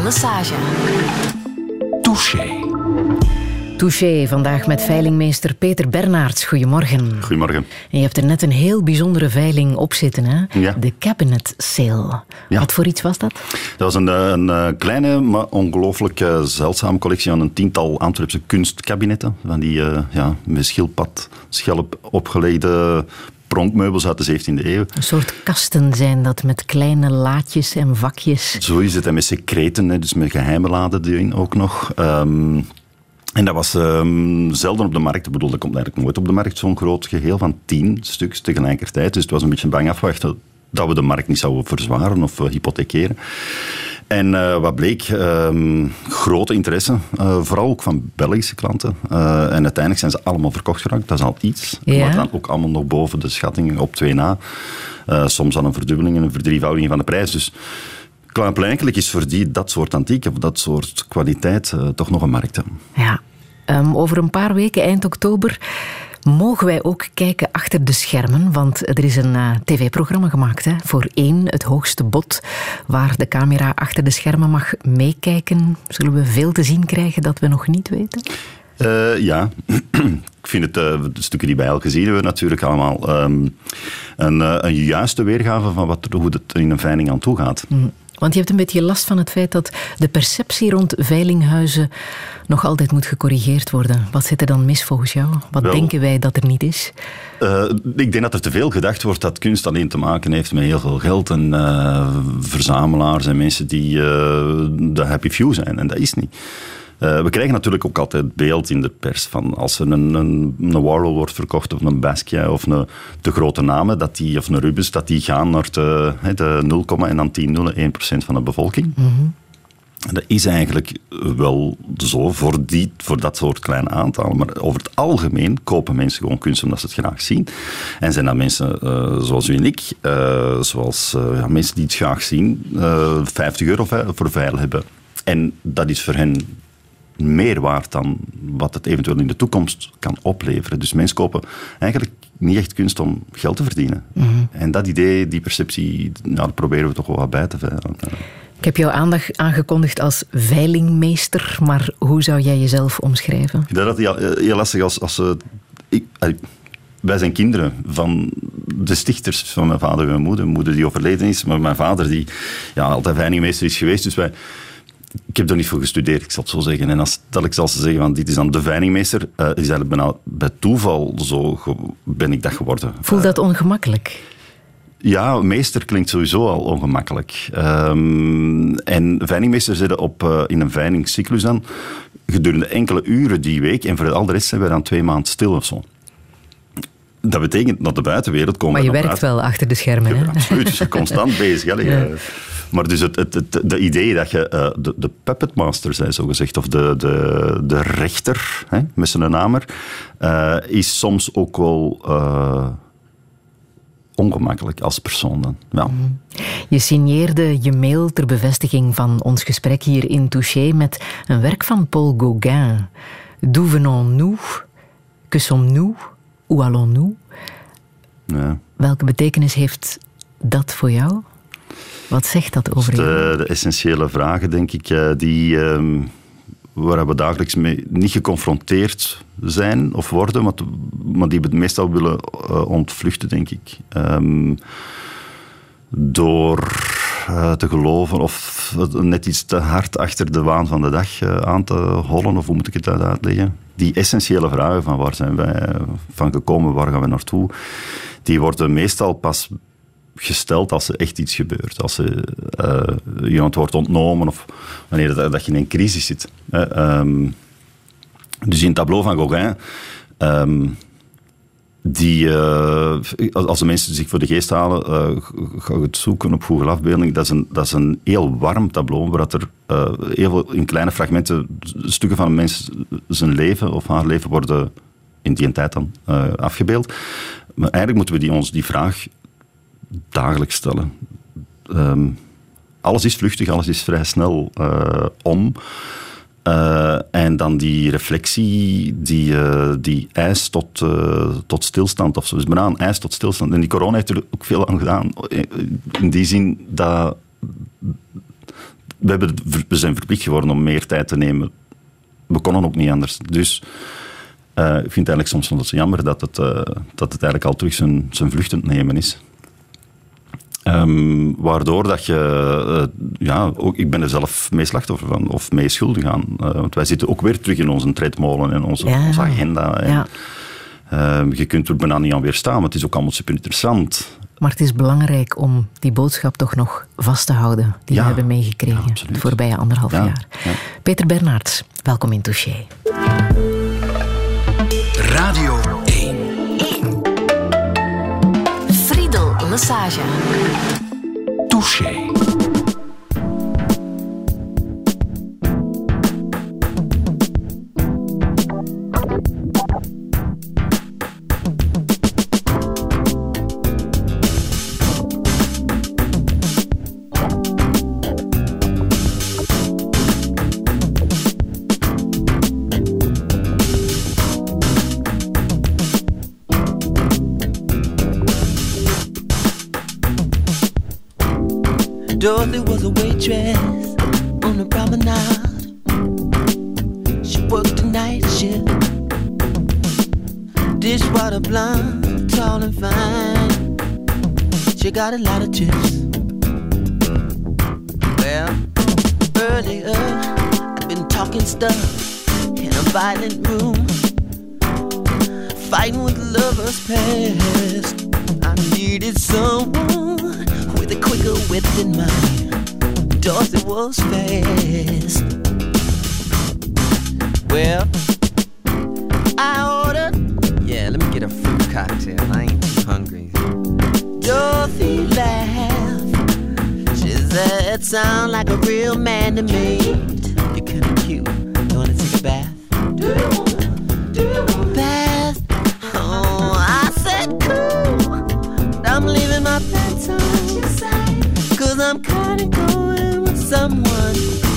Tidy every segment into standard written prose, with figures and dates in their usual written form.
Lesage. Touché. Touché, vandaag met veilingmeester Peter Bernards. Goedemorgen. Goedemorgen. En je hebt er net een heel bijzondere veiling op zitten, hè? Ja. De Cabinet Sale. Ja. Wat voor iets was dat? Dat was een kleine, maar ongelooflijk zeldzame collectie aan een 10-tal Antwerpse kunstkabinetten. Van die met schildpad, schelp opgelegde pronkmeubels uit de 17e eeuw. Een soort kasten zijn dat met kleine laadjes en vakjes. Zo is het. En met secreten, dus met geheime laden erin ook nog. En dat was zelden op de markt. Ik bedoel, dat komt eigenlijk nooit op de markt, zo'n groot geheel van 10 stuks tegelijkertijd. Dus het was een beetje bang afwachten dat we de markt niet zouden verzwaren of hypothekeren. En wat bleek? Grote interesse, vooral ook van Belgische klanten. En uiteindelijk zijn ze allemaal verkocht geraakt. Dat is al iets. Ja. Maar dan ook allemaal nog boven de schattingen op 2 na. Soms al een verdubbeling en een verdrievoudiging van de prijs. Dus klaarblijkelijk is voor dat soort antiek of dat soort kwaliteit toch nog een markt. Hè. Ja. Over een paar weken, eind oktober, mogen wij ook kijken achter de schermen. Want er is een tv-programma gemaakt, hè, voor 1, het hoogste bod, waar de camera achter de schermen mag meekijken. Zullen we veel te zien krijgen dat we nog niet weten? Ja, ik vind het de stukken die wij al gezien hebben natuurlijk allemaal een juiste weergave van hoe het in een veiling aan toe gaat. Want je hebt een beetje last van het feit dat de perceptie rond veilinghuizen nog altijd moet gecorrigeerd worden. Wat zit er dan mis volgens jou? Wat denken wij dat er niet is? Ik denk dat er te veel gedacht wordt dat kunst alleen te maken heeft met heel veel geld en verzamelaars en mensen die de happy few zijn. En dat is niet. We krijgen natuurlijk ook altijd beeld in de pers van als er een Warhol wordt verkocht of een Basquiat of de grote namen, of een Rubens, dat die gaan naar de 0, en dan 10,01% van de bevolking. Mm-hmm. Dat is eigenlijk wel zo voor dat soort kleine aantallen. Maar over het algemeen kopen mensen gewoon kunst omdat ze het graag zien. En zijn dat mensen zoals u en ik, mensen die het graag zien, €50 voor veil hebben. En dat is voor hen meer waard dan wat het eventueel in de toekomst kan opleveren. Dus mensen kopen eigenlijk niet echt kunst om geld te verdienen. Mm-hmm. En dat idee, die perceptie, dat proberen we toch wel wat bij te veilen. Ik heb jouw aandacht aangekondigd als veilingmeester, maar hoe zou jij jezelf omschrijven? Ik denk dat heel lastig wij zijn kinderen van de stichters van mijn vader en mijn moeder. Mijn moeder die overleden is, maar mijn vader die altijd veilingmeester is geweest. Dus ik heb er niet voor gestudeerd, ik zal het zo zeggen. En als dat ik zal zeggen, van dit is dan de veilingmeester, is eigenlijk bijna bij toeval zo ben ik dat geworden. Voelt dat ongemakkelijk? Ja, meester klinkt sowieso al ongemakkelijk. En veilingmeester zitten in een veilingcyclus dan gedurende enkele uren die week. En voor al de rest zijn we dan 2 maanden stil of zo. Dat betekent dat de buitenwereld komen. Maar je werkt wel achter de schermen, hè? Absoluut, je bent constant bezig. Ja. Maar dus de idee dat je de puppet master zijn, zo gezegd, of de rechter, met zijn namer, is soms ook wel ongemakkelijk als persoon dan. Ja. Je signeerde je mail ter bevestiging van ons gesprek hier in Touché met een werk van Paul Gauguin. D'où venons-nous? Que sommes-nous? Où allons-nous? Ja. Welke betekenis heeft dat voor jou? Wat zegt dat over jou? De essentiële vragen, denk ik, waar we dagelijks mee niet geconfronteerd zijn of worden, maar die we meestal willen ontvluchten, denk ik. Door te geloven of net iets te hard achter de waan van de dag aan te hollen, of hoe moet ik het uitleggen? Die essentiële vragen van waar zijn wij van gekomen, waar gaan we naartoe, die worden meestal pas gesteld als er echt iets gebeurt. Als iemand wordt ontnomen of wanneer dat je in een crisis zit. Dus in het tableau van Gauguin, als de mensen zich voor de geest halen, ga je het zoeken op Google afbeelding. Dat is een heel warm tableau, waar er heel veel in kleine fragmenten stukken van een mens zijn leven of haar leven worden in die tijd dan afgebeeld. Maar eigenlijk moeten we ons die vraag dagelijks stellen. Alles is vluchtig, alles is vrij snel om. En dan die reflectie, die eis tot stilstand of zo. Dus bijna een eis tot stilstand. En die corona heeft er ook veel aan gedaan. In die zin dat we zijn verplicht geworden om meer tijd te nemen. We konden ook niet anders. Dus ik vind het eigenlijk soms wel jammer dat het eigenlijk al terug zijn vlucht aan het nemen is. Waardoor dat je... ook, ik ben er zelf mee slachtoffer van, of mee schuldig aan. Want wij zitten ook weer terug in onze tredmolen en onze agenda. Je kunt er bijna niet aan weerstaan, maar het is ook allemaal super interessant. Maar het is belangrijk om die boodschap toch nog vast te houden, die we hebben meegekregen de voorbije 1,5 jaar. Ja. Peter Bernards, welkom in Touché. Radio 1. Friedel Lesage. Touché. Dorothy was a waitress on the promenade. She worked the night shift. Dishwater blonde, tall and fine. She got a lot of tips. Well, earlier I've been talking stuff in a violent room, fighting with lovers past. I needed someone with a quicker wit than mine. Dorothy was fast. Well, I ordered, let me get a fruit cocktail, I ain't too hungry. Dorothy laughed. She said, sound like a real man to me. You're kinda cute, you wanna take a bath? Do you want a bath? Oh, I said cool, I'm leaving my pants on. 'Cause I'm kinda going with someone.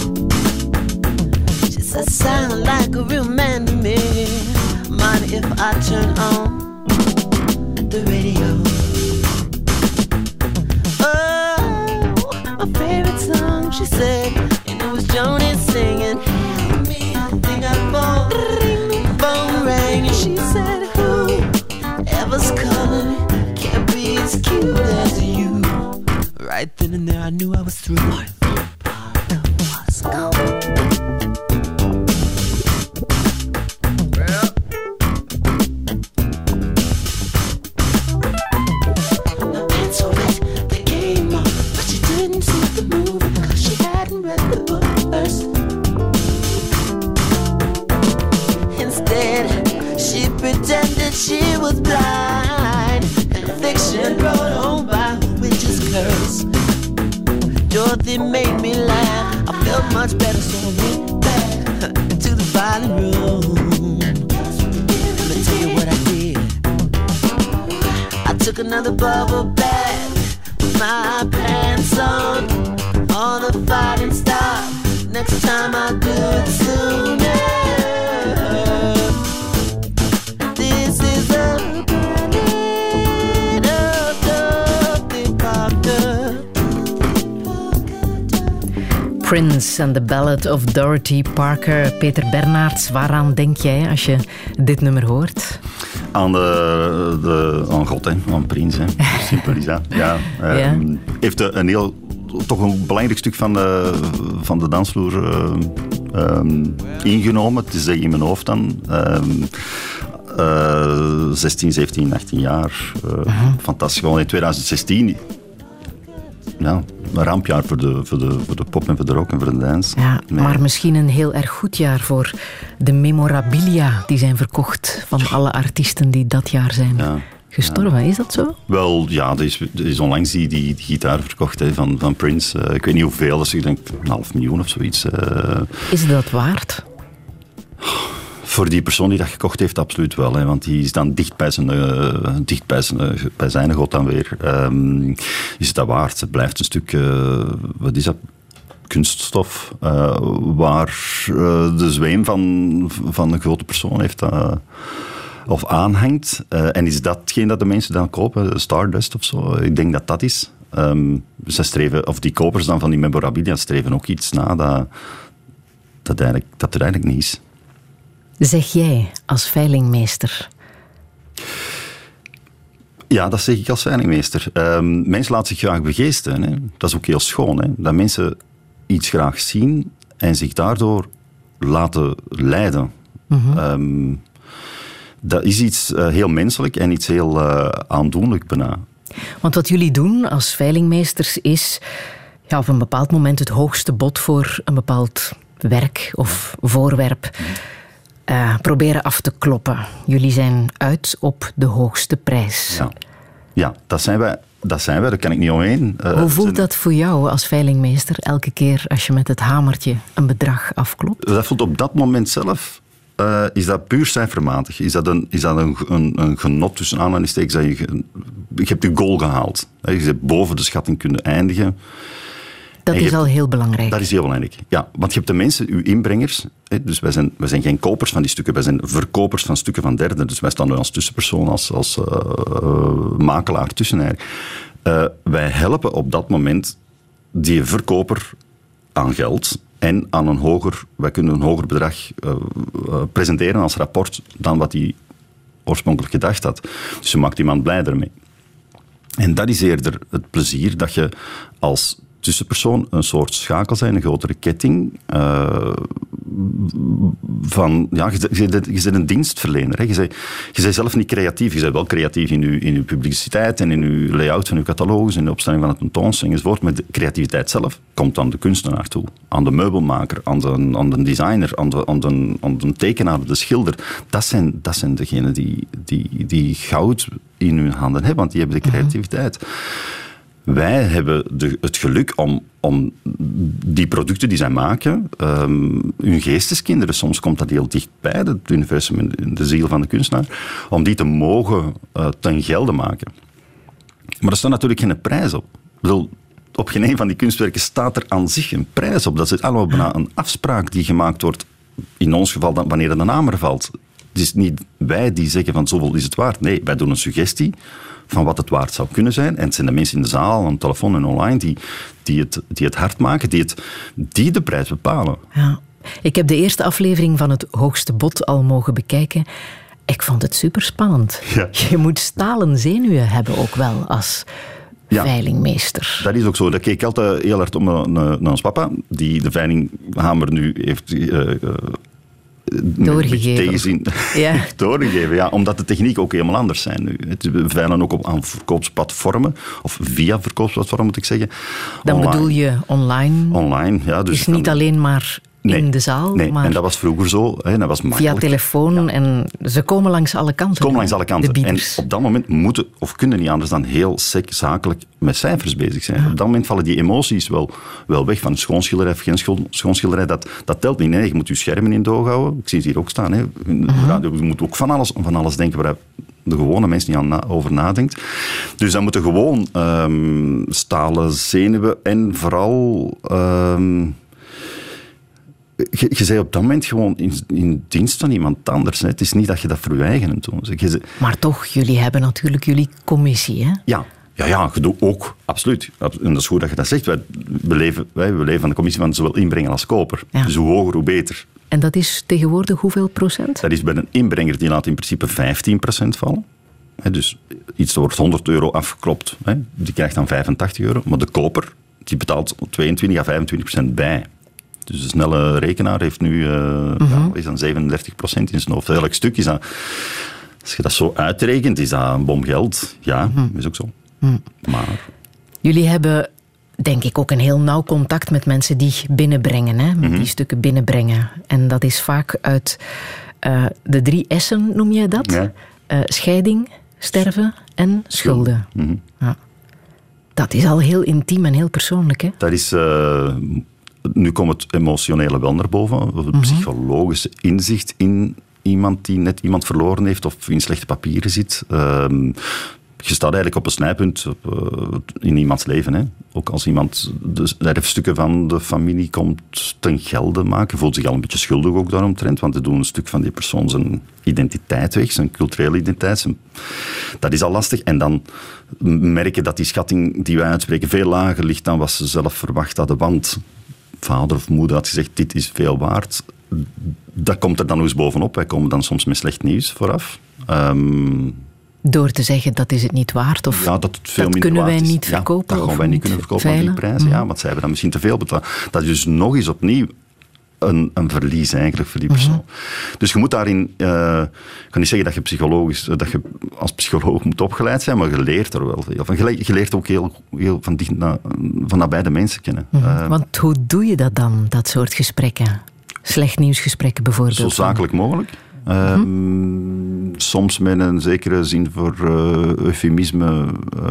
She said, sound like a real man to me. Mind if I turn on the radio? Oh, my favorite song, she said, and it was Joni singing. Help me, I think I'm phone rang, and she said, who ever's calling can't be as cute as you. Right then and there I knew I was through. Let's go. My pants were wet, they came off, but she didn't see the movie 'cause she hadn't read the book first. Instead, she pretended she was blind, and the fiction brought home by a witch's curse. Dorothy made me laugh. I felt much better, so I went back to the violin room. Let me tell you what I did. I took another bubble bath, with my pants on. All the fighting stopped. Next time I'll do it sooner. This is a planet of Dorothy Parker. Prince and the Ballad of Dorothy Parker. Peter Bernards, waaraan denk jij als je dit nummer hoort? Aan aan God, hè. Aan Prince. Hè. Simpel is dat. Ja, heeft toch een belangrijk stuk van de dansvloer ingenomen. Het is in mijn hoofd dan. 16, 17, 18 jaar. Fantastisch. Gewoon in 2016... Ja, een rampjaar voor de pop en voor de rock en voor de dance. Ja, maar misschien een heel erg goed jaar voor de memorabilia die zijn verkocht van alle artiesten die dat jaar zijn gestorven. Is dat zo? Wel, ja, er is onlangs die gitaar verkocht van Prince. Ik weet niet hoeveel, dus ik denk 500.000 of zoiets. Is dat waard? Voor die persoon die dat gekocht heeft, absoluut wel. Hè, want die is dan dicht bij zijn god dan weer. Is het dat waard? Het blijft een stuk... wat is dat? Kunststof. Waar de zweem van een grote persoon heeft... of aanhangt. En is datgene dat de mensen dan kopen? Stardust of zo? Ik denk dat dat is. Zij streven, of die kopers dan van die memorabilia streven ook iets na dat er eigenlijk niet is. Zeg jij als veilingmeester? Ja, dat zeg ik als veilingmeester. Mensen laten zich graag begeesteren. Hè. Dat is ook heel schoon. Hè. Dat mensen iets graag zien en zich daardoor laten leiden. Mm-hmm. Dat is iets heel menselijk en iets heel aandoenlijk bijna. Want wat jullie doen als veilingmeesters is op een bepaald moment het hoogste bod voor een bepaald werk of voorwerp proberen af te kloppen. Jullie zijn uit op de hoogste prijs. Ja, dat zijn wij. Daar kan ik niet omheen. Hoe voelt dat voor jou als veilingmeester elke keer als je met het hamertje een bedrag afklopt? Dat voelt op dat moment zelf... is dat puur cijfermatig? Is dat een genot tussen aanhalingstekens? Je hebt je goal gehaald. Je hebt boven de schatting kunnen eindigen. Dat is al heel belangrijk. Dat is heel belangrijk, ja. Want je hebt de mensen, uw inbrengers. Dus wij zijn geen kopers van die stukken. Wij zijn verkopers van stukken van derden. Dus wij staan nu als tussenpersoon, als makelaar tussen eigenlijk. Wij helpen op dat moment die verkoper aan geld... En wij kunnen een hoger bedrag presenteren als rapport dan wat hij oorspronkelijk gedacht had. Dus je maakt iemand blij ermee. En dat is eerder het plezier dat je als tussenpersoon een soort schakel zijn, een grotere ketting. Je bent een dienstverlener. Hè. Je bent zelf niet creatief. Je bent wel creatief in je publiciteit en in je layout van je catalogus en de opstelling van het tentoonstelling enzovoort. Maar de creativiteit zelf komt aan de kunstenaar toe. Aan de meubelmaker, aan de designer, aan de tekenaar, de schilder. Dat zijn degenen die goud in hun handen hebben, want die hebben de creativiteit. Wij hebben het geluk om die producten die zij maken, hun geesteskinderen, soms komt dat heel dichtbij, het universum, de ziel van de kunstenaar, om die te mogen ten gelde maken. Maar er staat natuurlijk geen prijs op. Ik bedoel, op geen een van die kunstwerken staat er aan zich een prijs op. Dat is allemaal bijna een afspraak die gemaakt wordt, in ons geval dan, wanneer de naam er valt. Het is niet wij die zeggen van zoveel is het waard. Nee, wij doen een suggestie van wat het waard zou kunnen zijn. En het zijn de mensen in de zaal, aan de telefoon en online die het hard maken, die de prijs bepalen. Ja. Ik heb de eerste aflevering van Het Hoogste Bod al mogen bekijken. Ik vond het superspannend. Ja. Je moet stalen zenuwen hebben ook wel als veilingmeester. Dat is ook zo. Dat keek ik altijd heel hard om naar ons papa, die de veilinghamer nu heeft... doorgegeven. Doorgegeven, ja. Omdat de techniek ook helemaal anders zijn nu. We veilen ook aan verkoopsplatformen, of via verkoopsplatformen moet ik zeggen. Dan bedoel je online? Online, ja. Dus niet alleen maar in de zaal. Nee, maar en dat was vroeger zo. Hè, dat was makkelijk. Via telefoon en ze komen langs alle kanten. En op dat moment moeten, of kunnen niet anders dan heel zakelijk met cijfers bezig zijn. Ja. Op dat moment vallen die emoties wel weg van schoonschilderij of geen schoonschilderij. Dat telt niet. Nee, je moet je schermen in doog houden. Ik zie het hier ook staan. Hè. Je moet ook van alles denken waar de gewone mens niet over nadenkt. Dus dan moeten gewoon stalen zenuwen en vooral... Je bent op dat moment gewoon in dienst van iemand anders. Hè. Het is niet dat je dat voor je eigen doet. Maar toch, jullie hebben natuurlijk jullie commissie, hè? Ja, je doet ook, absoluut. En dat is goed dat je dat zegt. Wij leven van de commissie van zowel inbrenger als koper. Ja. Dus hoe hoger, hoe beter. En dat is tegenwoordig hoeveel procent? Dat is bij een inbrenger, die laat in principe 15% vallen. Dus iets wordt €100 afgeklopt. Die krijgt dan €85. Maar de koper, die betaalt 22 à 25% bij. Dus de snelle rekenaar heeft nu is dan 37% in zijn hoofd. Elk stuk is dat, als je dat zo uitrekent, is dat een bom geld. Ja, is ook zo. Maar... Jullie hebben, denk ik, ook een heel nauw contact met mensen die binnenbrengen. Hè? Met die stukken binnenbrengen. En dat is vaak uit de 3 S'en, noem je dat? Ja. Scheiding, sterven en schulden. Ja. Dat is al heel intiem en heel persoonlijk, hè? Dat is... Nu komt het emotionele wel naar boven. Het psychologische inzicht in iemand die net iemand verloren heeft of in slechte papieren zit. je staat eigenlijk op een snijpunt in iemands leven. Hè. Ook als iemand de erfstukken van de familie komt ten gelde maken, voelt zich al een beetje schuldig ook daaromtrent, want ze doen een stuk van die persoon zijn identiteit weg, zijn culturele identiteit. Dat is al lastig. En dan merken dat die schatting die wij uitspreken veel lager ligt dan wat ze zelf verwacht hadden, want vader of moeder had gezegd, dit is veel waard. Dat komt er dan nog eens bovenop. Wij komen dan soms met slecht nieuws vooraf. Door te zeggen, dat is het niet waard? Of ja, dat het veel dat minder kunnen waard wij is. niet verkopen? Ja, dat gaan wij niet kunnen verkopen veilen? aan die prijzen. Ja, want zij hebben dan misschien te veel betaald. Dat is dus nog eens opnieuw een verlies eigenlijk voor die persoon. Dus je moet daarin... ik kan niet zeggen dat je als psycholoog moet opgeleid zijn, maar je leert er wel veel van. Je leert ook heel van dicht van nabij de mensen kennen. Want hoe doe je dat dan, dat soort gesprekken? Slecht nieuwsgesprekken bijvoorbeeld? Zo zakelijk mogelijk. Soms met een zekere zin voor eufemisme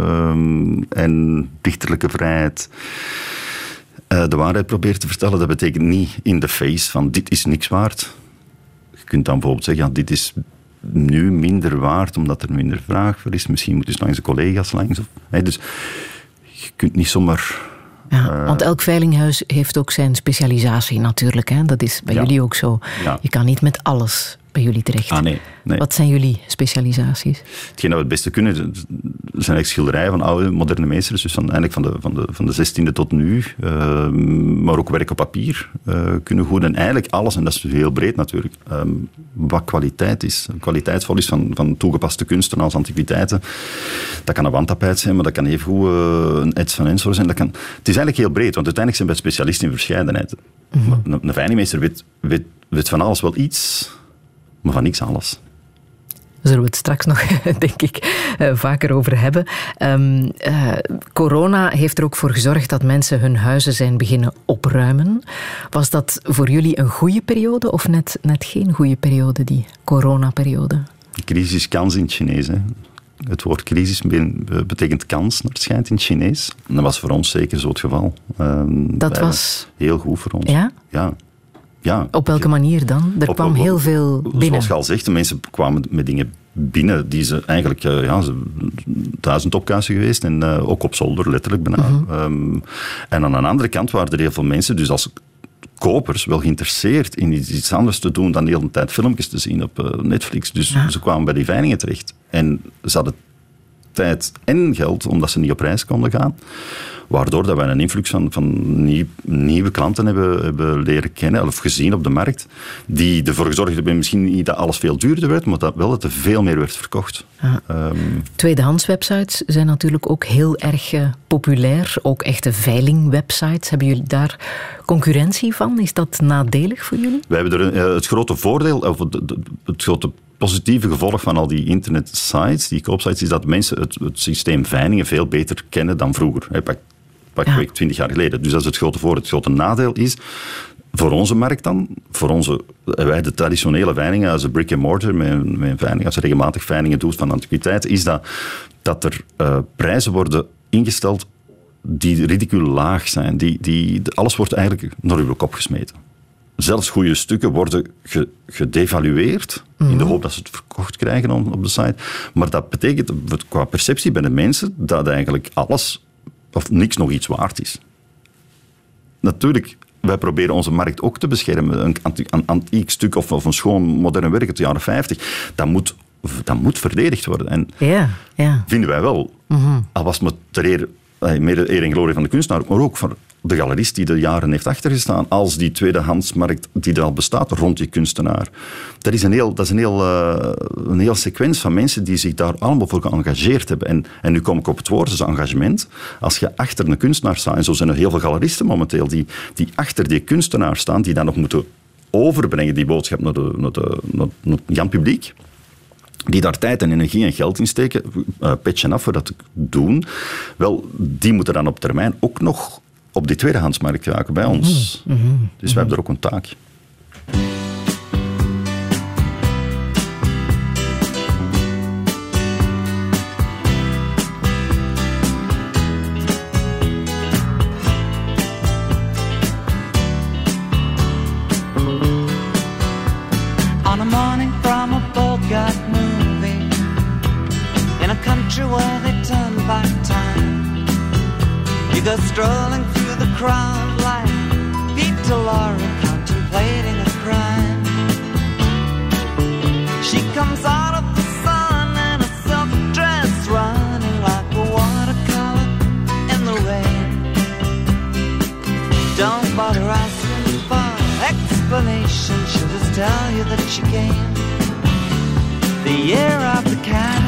en dichterlijke vrijheid. De waarheid proberen te vertellen, dat betekent niet in the face van dit is niks waard. Je kunt dan bijvoorbeeld zeggen, ja, dit is nu minder waard omdat er minder vraag voor is. Misschien moeten dus langs de collega's langs. Dus je kunt niet zomaar... Ja, want elk veilinghuis heeft ook zijn specialisatie natuurlijk. Hè? Dat is bij jullie ook zo. Ja. Je kan niet met alles bij jullie terecht. Nee. Wat zijn jullie specialisaties? Hetgeen dat we het beste kunnen, zijn eigenlijk schilderijen van oude, moderne meesters. Dus eigenlijk van de 16e tot nu. Maar ook werk op papier kunnen goed. En eigenlijk alles, en dat is heel breed natuurlijk, wat kwaliteit is. Kwaliteitsvol is van toegepaste kunsten als antiquiteiten. Dat kan een wandtapijt zijn, maar dat kan evengoed een Eds van Ensor zijn. Het is eigenlijk heel breed, want uiteindelijk zijn wij specialisten in verscheidenheid. Een veilingmeester weet van alles wel iets, maar van niks alles. Daar zullen we het straks nog, denk ik, vaker over hebben. Corona heeft er ook voor gezorgd dat mensen hun huizen zijn beginnen opruimen. Was dat voor jullie een goede periode of net geen goede periode, die coronaperiode? Crisis kans in het Chinees. Hè. Het woord crisis betekent kans, naar het schijnt in het Chinees. En dat was voor ons zeker zo het geval. Dat was... Heel goed voor ons. Ja? Ja. Op welke manier dan? Er kwam heel veel binnen. Zoals je al zegt, de mensen kwamen met dingen binnen die ze eigenlijk... ze 1000 opkuisen geweest en ook op zolder, letterlijk bijna. En aan de andere kant waren er heel veel mensen, dus als kopers, wel geïnteresseerd in iets anders te doen dan de hele tijd filmpjes te zien op Netflix. Dus ze kwamen bij die veilingen terecht. En ze hadden tijd en geld omdat ze niet op reis konden gaan. Waardoor dat wij een influx van nieuwe klanten hebben leren kennen of gezien op de markt, die ervoor gezorgd hebben misschien niet dat alles veel duurder werd, maar dat wel dat er veel meer werd verkocht. Tweedehands websites zijn natuurlijk ook heel erg populair. Ook echte veilingwebsites. Hebben jullie daar concurrentie van? Is dat nadelig voor jullie? Wij hebben er het grote voordeel, of het grote positieve gevolg van al die internetsites, die koopsites, is dat mensen het systeem veilingen veel beter kennen dan vroeger. Pak 20 jaar geleden. Dus dat is het grote voordeel. Het grote nadeel is, voor onze markt dan, wij de traditionele veilingen, als een brick and mortar, met een veiling, als je regelmatig veilingen doet van antiquiteiten, is dat er prijzen worden ingesteld die ridicuul laag zijn. Alles wordt eigenlijk naar uw kop gesmeten. Zelfs goede stukken worden gedevalueerd in de hoop dat ze het verkocht krijgen op de site. Maar dat betekent qua perceptie bij de mensen dat eigenlijk alles of niks nog iets waard is. Natuurlijk, wij proberen onze markt ook te beschermen. Een antiek stuk of een schoon modern werk uit de jaren 50, dat moet verdedigd worden. En vinden wij wel. Al was het meer eer en glorie van de kunstenaar, maar ook voor de galerist die de jaren heeft achtergestaan, als die tweedehandsmarkt die er al bestaat rond die kunstenaar. Dat is een heel sequentie van mensen die zich daar allemaal voor geëngageerd hebben. En nu kom ik op het woord, dus engagement. Als je achter een kunstenaar staat, en zo zijn er heel veel galeristen momenteel, die achter die kunstenaar staan, die dan nog moeten overbrengen, die boodschap naar het Jan publiek, die daar tijd en energie en geld in steken, petje af voor dat te doen, wel, die moeten dan op termijn ook nog op die tweedehandsmarkt raken bij ons. Dus wij hebben er ook een taak. On a morning from a Bogart movie, in a country where You go strolling through the crowd like Peter Laura contemplating a crime. She comes out of the sun in a silk dress, running like a watercolor in the rain. Don't bother asking for explanation, she'll just tell you that she came the year of the cat.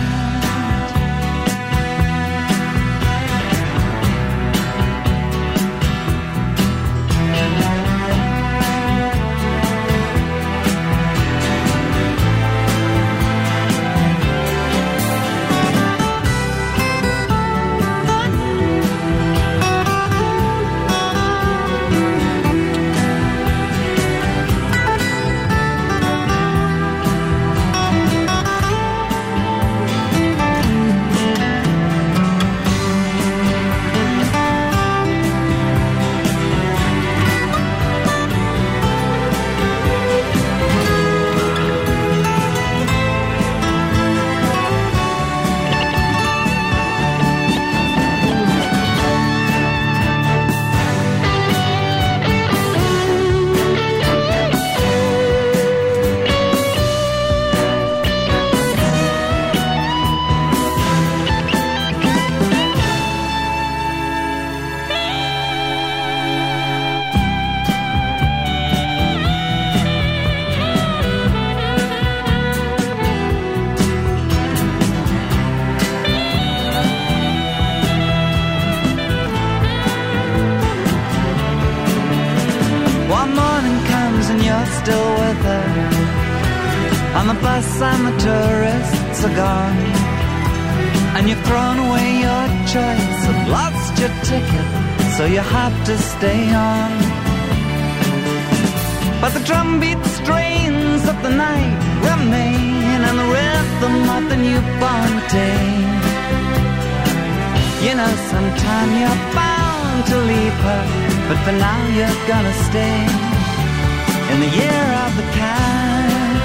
Still with her on the bus and the tourists are gone, and you've thrown away your choice and lost your ticket, so you have to stay on. But the drumbeat strains of the night remain, and the rhythm of the newborn day. You know sometime you're bound to leave her, but for now you're gonna stay in the year of the cat.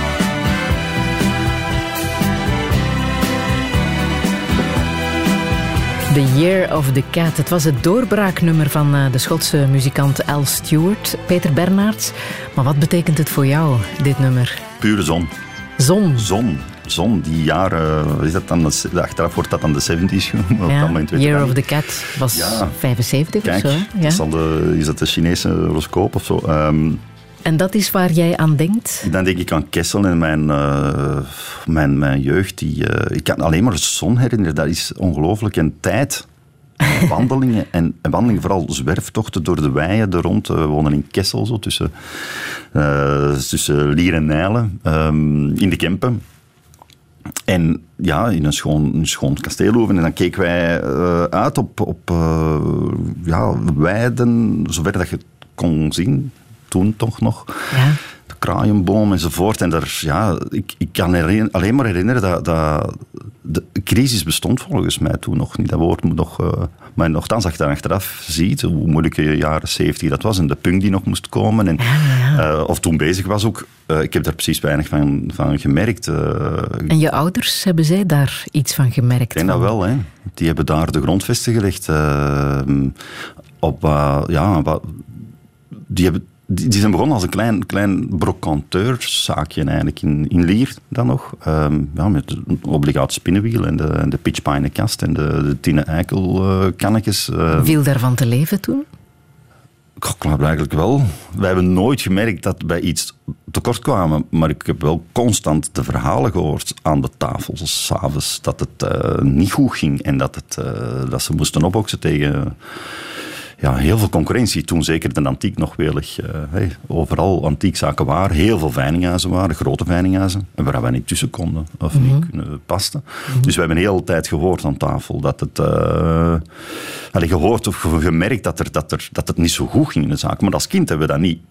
The Year of the Cat. Het was het doorbraaknummer van de Schotse muzikant Al Stewart. Peter Bernards. Maar wat betekent het voor jou, dit nummer? Pure zon. Zon? Zon, die jaren... Is dat dan achteraf wordt dat dan de 70's genoemd? Ja, Year of the Cat was 75 kijk, of zo. Ja. Is dat de Chinese horoscoop of zo? En dat is waar jij aan denkt? Dan denk ik aan Kessel en mijn jeugd. Ik kan alleen maar de zon herinneren. Dat is ongelooflijk. En tijd. Wandelingen. En wandelingen, vooral zwerftochten door de weien er rond. We wonen in Kessel, zo, tussen Lier en Nijlen. In de Kempen. En ja, in een schoon kasteelhoven. En dan keken wij uit op weiden, zover dat je kon zien. Toen toch nog. Ja. De kraaienboom enzovoort. En ik kan alleen maar herinneren dat de crisis bestond volgens mij toen nog niet. Dat woord moet nog... maar nogthans, als je daar achteraf ziet, hoe moeilijke jaren 70 dat was. En de punk die nog moest komen. En, of toen bezig was ook. Ik heb daar precies weinig van gemerkt. En je ouders, hebben zij daar iets van gemerkt? Ik denk dat wel, hè. Die hebben daar de grondvesten gelegd. Die zijn begonnen als een klein brocanteurzaakje eigenlijk in Lier dan nog. Met een obligaat spinnenwiel en de pitchpine kast en de tinnen eikelkannetjes. Viel daarvan te leven toen? Klaar, eigenlijk wel. Wij hebben nooit gemerkt dat wij iets tekort kwamen, maar ik heb wel constant de verhalen gehoord aan de tafel, 's avonds, dat het niet goed ging en dat ze moesten opboksen tegen... Ja, heel veel concurrentie. Toen zeker de antiek nog welig. Overal antiekzaken waren. Heel veel veilinghuizen waren. Grote veilinghuizen. En waar wij niet tussen konden. Of niet kunnen pasten. Dus we hebben een hele tijd gehoord aan tafel. Dat het... gehoord of gemerkt dat het niet zo goed ging in de zaak. Maar als kind hebben we dat niet...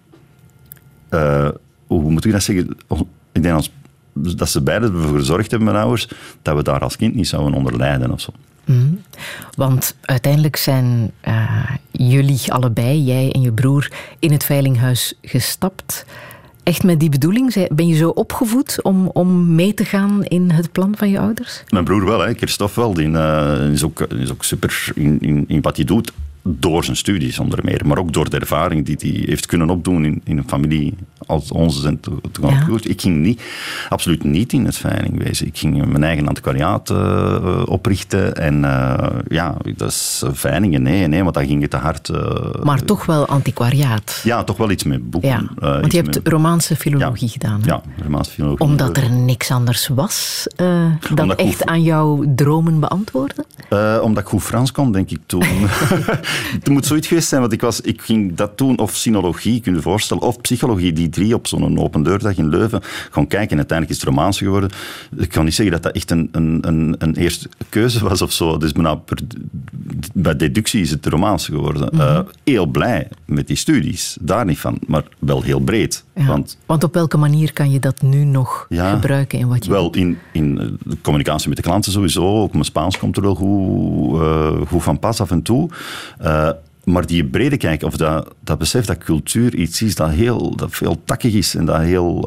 hoe moet ik dat zeggen? Ik denk dat ze beiden ervoor gezorgd hebben, mijn ouders, dat we daar als kind niet zouden onder lijden of zo. Want uiteindelijk zijn jullie allebei, jij en je broer, in het veilinghuis gestapt. Echt met die bedoeling? Ben je zo opgevoed om mee te gaan in het plan van je ouders? Mijn broer wel, hè. Christophe wel. Die is ook super in wat hij doet. Door zijn studies onder meer, maar ook door de ervaring die hij heeft kunnen opdoen in een familie als onze. Ik ging absoluut niet in het veilingwezen. Ik ging mijn eigen antiquariaat oprichten. En dat is veilingen, nee, want dan ging het te hard. Maar toch wel antiquariaat? Ja, toch wel iets met boeken. Ja, want je hebt Romaanse filologie gedaan. Hè? Ja, Romaanse filologie. Omdat er niks anders was dat echt aan jouw dromen beantwoordde? Omdat ik goed Frans kon, denk ik toen. Het moet zoiets geweest zijn, want ik ging dat doen, of sinologie, kun je je voorstellen, of psychologie, die 3 op zo'n open deurdag in Leuven. Gewoon kijken en uiteindelijk is het Romaanse geworden. Ik kan niet zeggen dat dat echt een eerste keuze was of zo. Dus bij deductie is het Romaanse geworden. Heel blij met die studies, daar niet van, maar wel heel breed. Ja, want op welke manier kan je dat nu nog gebruiken in wat je doet? In de communicatie met de klanten sowieso. Ook mijn Spaans komt er wel goed van pas af en toe. Maar die brede kijk, of dat besef dat cultuur iets is dat veel takkig is en dat heel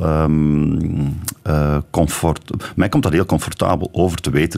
mij komt dat heel comfortabel over te weten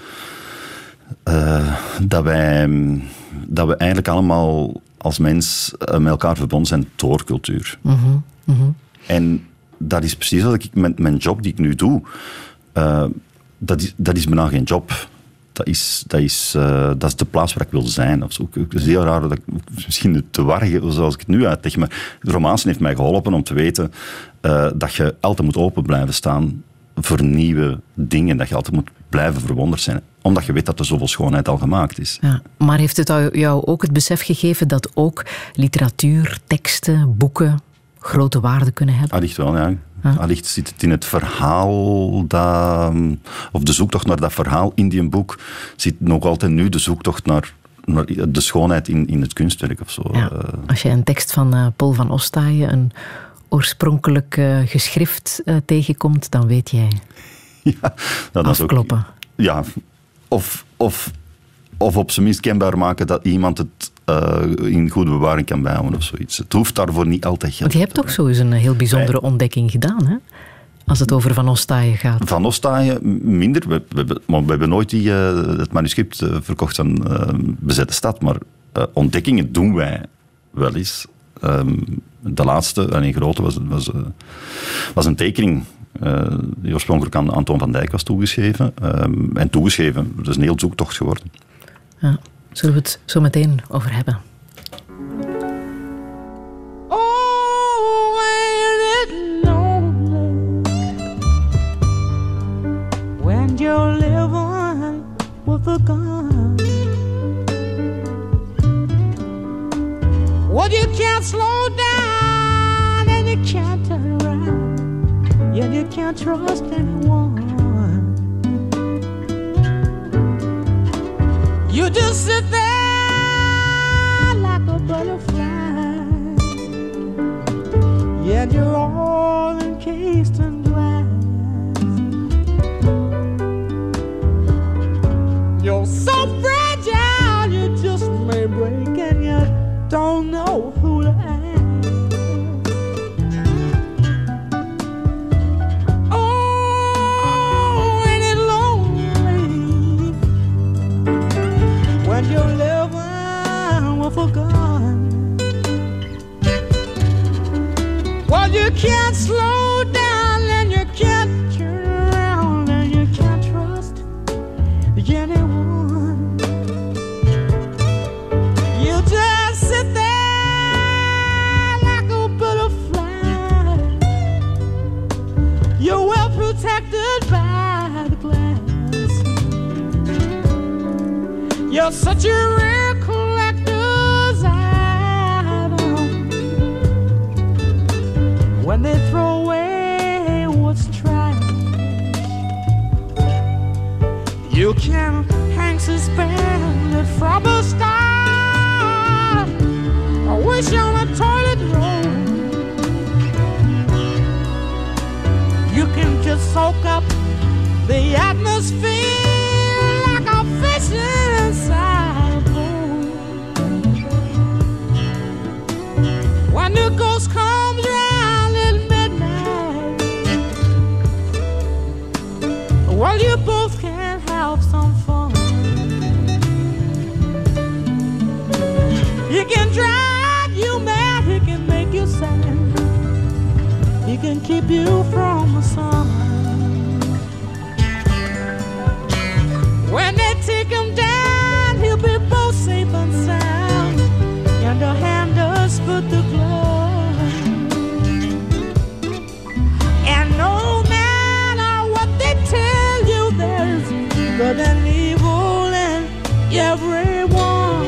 dat we eigenlijk allemaal als mens met elkaar verbonden zijn door cultuur. Mm-hmm. Mm-hmm. En dat is precies wat ik met mijn job die ik nu doe. Dat is bijna geen job. Dat is de plaats waar ik wil zijn. Of zo. Het is heel raar dat ik misschien te warrig, zoals ik het nu uitleg, maar de Romaanse heeft mij geholpen om te weten dat je altijd moet open blijven staan voor nieuwe dingen. Dat je altijd moet blijven verwonderd zijn. Omdat je weet dat er zoveel schoonheid al gemaakt is. Ja, maar heeft het jou ook het besef gegeven dat ook literatuur, teksten, boeken grote waarde kunnen hebben? Allicht wel, ja. Allicht zit het in het verhaal, of de zoektocht naar dat verhaal in die boek, zit nog altijd nu de zoektocht naar de schoonheid in het kunstwerk of zo. Ja, als je een tekst van Paul van Ostaaije, een oorspronkelijk geschrift tegenkomt, dan weet jij dat afkloppen. Ja, of op zijn minst kenbaar maken dat iemand het in goede bewaring kan bijhouden of zoiets. Het hoeft daarvoor niet altijd geld. Want je hebt toch zo eens een heel bijzondere ontdekking gedaan, hè? Als het over Van Ostaaije gaat. Van Ostaaije minder. We hebben nooit het manuscript verkocht aan Bezette Stad, maar ontdekkingen doen wij wel eens. De laatste, en een grote, was een tekening die oorspronkelijk aan Antoon van Dijk was toegeschreven. En toegeschreven, dat is een heel zoektocht geworden. Ja, zullen we het zo meteen over hebben. Oh, ain't it lonely when you're living with a gun? Well, you can't slow down and you can't turn around. Yeah, you can't trust anyone. You just sit there like a butterfly. Yeah, you're all encased in glass. You're so fragile, you just may break, and you don't know who to ask. You're living with a gun. Well, you can't slow down and you can't turn around and you can't trust anyone. You just sit there like a butterfly. You're well protected by the glass. You're such a rare collector's item. When they throw away what's trash, you can hang suspended from a star, or wish on a toilet roll. You can just soak up the atmosphere like a fish inside a pool. When the ghost comes round at midnight, keep you from the sun. When they take him down, he'll be both safe and sound. And the handles put the glove. And no matter what they tell you, there's good and evil in everyone.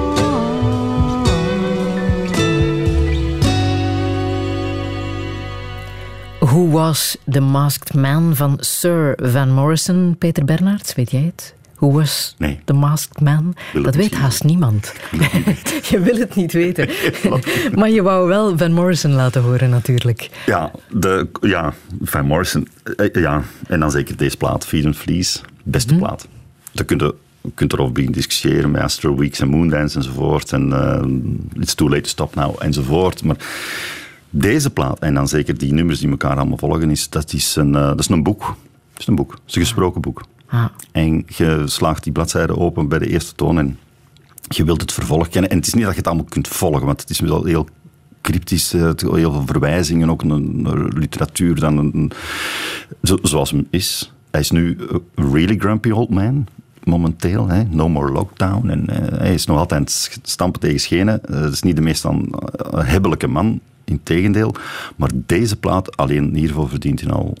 Who Was the Masked Man van Sir Van Morrison? Peter Bernhards, weet jij het? Who was the Masked Man? Dat weet haast niemand. Je wil het niet weten. Maar je wou wel Van Morrison laten horen natuurlijk. Ja, Van Morrison. Ja, en dan zeker deze plaat, Feed and Fleece. Beste plaat. Je kunt erover beginnen discussiëren met Astral Weeks en Moondance enzovoort. En It's Too Late to Stop Now enzovoort. Maar deze plaat, en dan zeker die nummers die elkaar allemaal volgen, dat is een boek. Het is een boek. Het is een gesproken boek. Ah. En je slaagt die bladzijde open bij de eerste toon en je wilt het vervolg kennen. En het is niet dat je het allemaal kunt volgen, want het is wel heel cryptisch, heel veel verwijzingen, ook naar literatuur, zoals hem is. Hij is nu a really grumpy old man, momenteel. No more lockdown. En hij is nog altijd stampen tegen schenen. Het is niet de meest hebbelijke man, integendeel. Maar deze plaat alleen hiervoor verdient hij al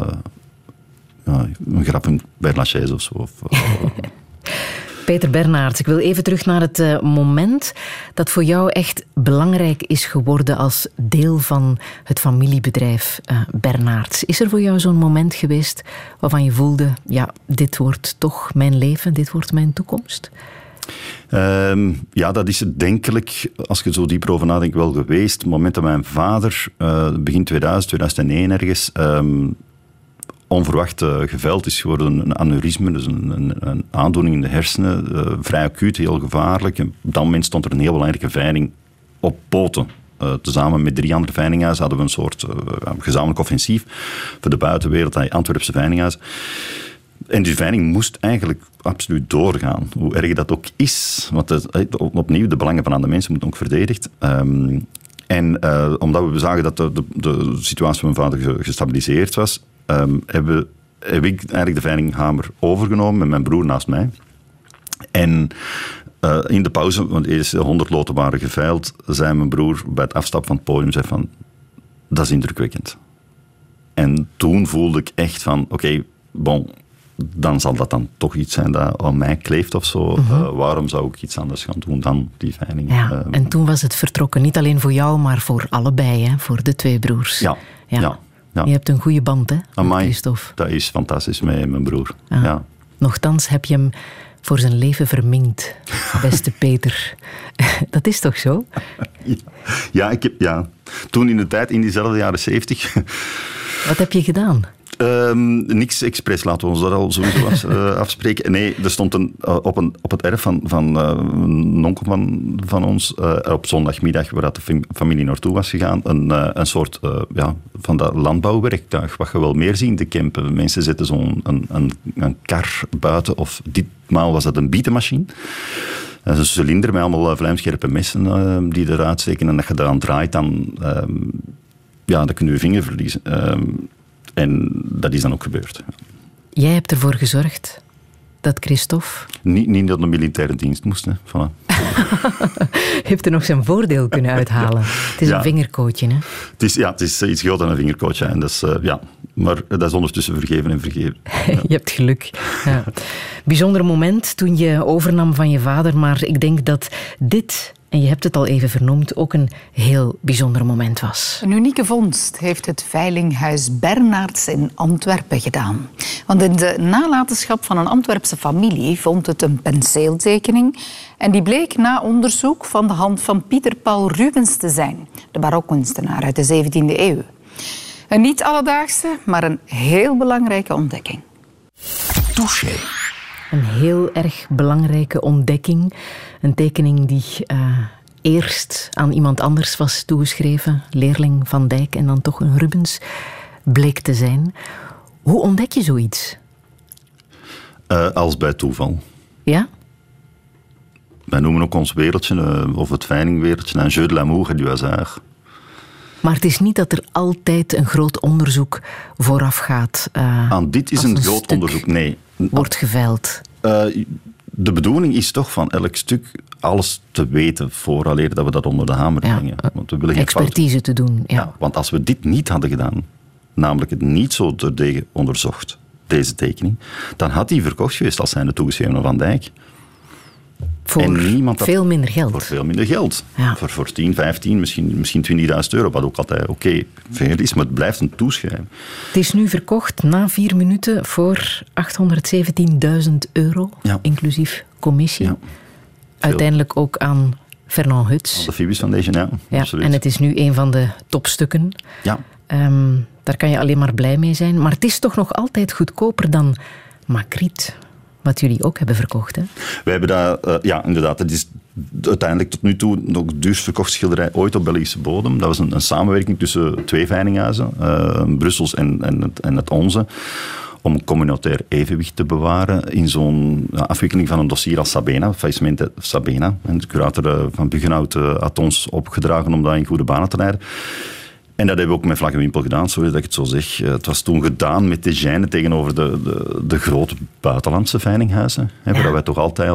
een grap bij Lachaise of zo. Peter Bernhards, ik wil even terug naar het moment dat voor jou echt belangrijk is geworden als deel van het familiebedrijf Bernhards. Is er voor jou zo'n moment geweest waarvan je voelde, ja, dit wordt toch mijn leven, dit wordt mijn toekomst? Ja, dat is het denkelijk, als je zo dieper over nadenkt, wel geweest. Het moment dat mijn vader, begin 2001 ergens, onverwacht geveld is geworden, een aneurysme, dus een aandoening in de hersenen, vrij acuut, heel gevaarlijk. En op dat moment stond er een heel belangrijke veiling op poten. Tezamen met 3 andere veilinghuizen hadden we een soort gezamenlijk offensief voor de buitenwereld, het Antwerpse veilinghuis. En die veiling moest eigenlijk absoluut doorgaan, hoe erg dat ook is. Want opnieuw, de belangen van andere mensen moeten ook verdedigd. Omdat we zagen dat de situatie van mijn vader gestabiliseerd was, heb ik eigenlijk de veilinghamer overgenomen met mijn broer naast mij. En in de pauze, want eerst 100 loten waren geveild, zei mijn broer bij het afstappen van het podium, zei van, dat is indrukwekkend. En toen voelde ik echt van, oké, bon, dan zal dat dan toch iets zijn dat aan mij kleeft of zo. Waarom zou ik iets anders gaan doen dan die veiling? Ja, en toen was het vertrokken, niet alleen voor jou, maar voor allebei, hè? Voor de 2 broers. Ja. Je hebt een goede band, hè, Amai, Christophe? Dat is fantastisch met mijn broer. Ja. Nochtans heb je hem voor zijn leven verminkt, beste Peter. Dat is toch zo? Ja, toen in de tijd, in diezelfde jaren 70... Wat heb je gedaan? Niks expres, laten we ons dat al sowieso afspreken. Nee, er stond op het erf van een onkel van ons, op zondagmiddag, waar de familie naartoe was gegaan, een soort van dat landbouwwerktuig, wat je wel meer ziet in de Kempen. Mensen zetten zo'n een kar buiten, of ditmaal was dat een bietenmachine. Dat is een cilinder met allemaal vlijmscherpe messen die eruit steken. En als je daaraan draait, dan kun je je vinger verliezen. En dat is dan ook gebeurd. Jij hebt ervoor gezorgd dat Christophe... Niet dat de militaire dienst moest. Hè. Voilà. Heeft er nog zijn voordeel kunnen uithalen. Het is een vingerkootje, hè? Het is iets groter dan een vingerkootje. En dat is, maar dat is ondertussen vergeven en vergeven. Ja. Je hebt geluk. Ja. Bijzonder moment toen je overnam van je vader. Maar ik denk dat dit... En je hebt het al even vernoemd, ook een heel bijzonder moment was. Een unieke vondst heeft het veilinghuis Bernhards in Antwerpen gedaan. Want in de nalatenschap van een Antwerpse familie vond het een penseeltekening. En die bleek na onderzoek van de hand van Pieter Paul Rubens te zijn. De barokkunstenaar uit de 17e eeuw. Een niet alledaagse, maar een heel belangrijke ontdekking. Touché. Een heel erg belangrijke ontdekking. Een tekening die eerst aan iemand anders was toegeschreven. Leerling Van Dijk en dan toch een Rubens bleek te zijn. Hoe ontdek je zoiets? Als bij toeval. Ja? Wij noemen ook ons wereldje, of het veilingwereldje, un jeu de l'amour et du hasard. Maar het is niet dat er altijd een groot onderzoek vooraf gaat. Aan dit is als een een groot stuk onderzoek. Nee. Wordt geveild. De bedoeling is toch van elk stuk alles te weten vooraleer dat we dat onder de hamer brengen. Want we willen geen expertise te doen. Ja. Ja, want als we dit niet hadden gedaan, namelijk het niet zo terdege onderzocht, deze tekening, dan had die verkocht geweest als zijnde toegeschreven aan Van Dijk. Voor veel minder geld. Voor veel minder geld. Ja. Voor 10, 15, misschien 20.000 euro, wat ook altijd oké, veel is, maar het blijft een toeschrijven. Het is nu verkocht na 4 minuten voor 817.000 euro, inclusief commissie. Ja. Uiteindelijk ook aan Fernand Huts. De Phoebus Foundation, ja. Absoluut. En het is nu een van de topstukken. Ja. Daar kan je alleen maar blij mee zijn. Maar het is toch nog altijd goedkoper dan Magritte, wat jullie ook hebben verkocht, hè? Wij hebben dat, ja, inderdaad. Het is uiteindelijk tot nu toe nog de duurst verkochte schilderij ooit op Belgische bodem. Dat was een samenwerking tussen 2 veilinghuizen, Brussels en het onze, om communautair evenwicht te bewaren in zo'n afwikkeling van een dossier als Sabena, faillissement Sabena. En de curator van Buggenhout had ons opgedragen om dat in goede banen te leiden. En dat hebben we ook met vlag en wimpel gedaan, sorry dat ik het zo zeg. Het was toen gedaan met de gêne tegenover de grote buitenlandse veilinghuizen. Waar wij toch altijd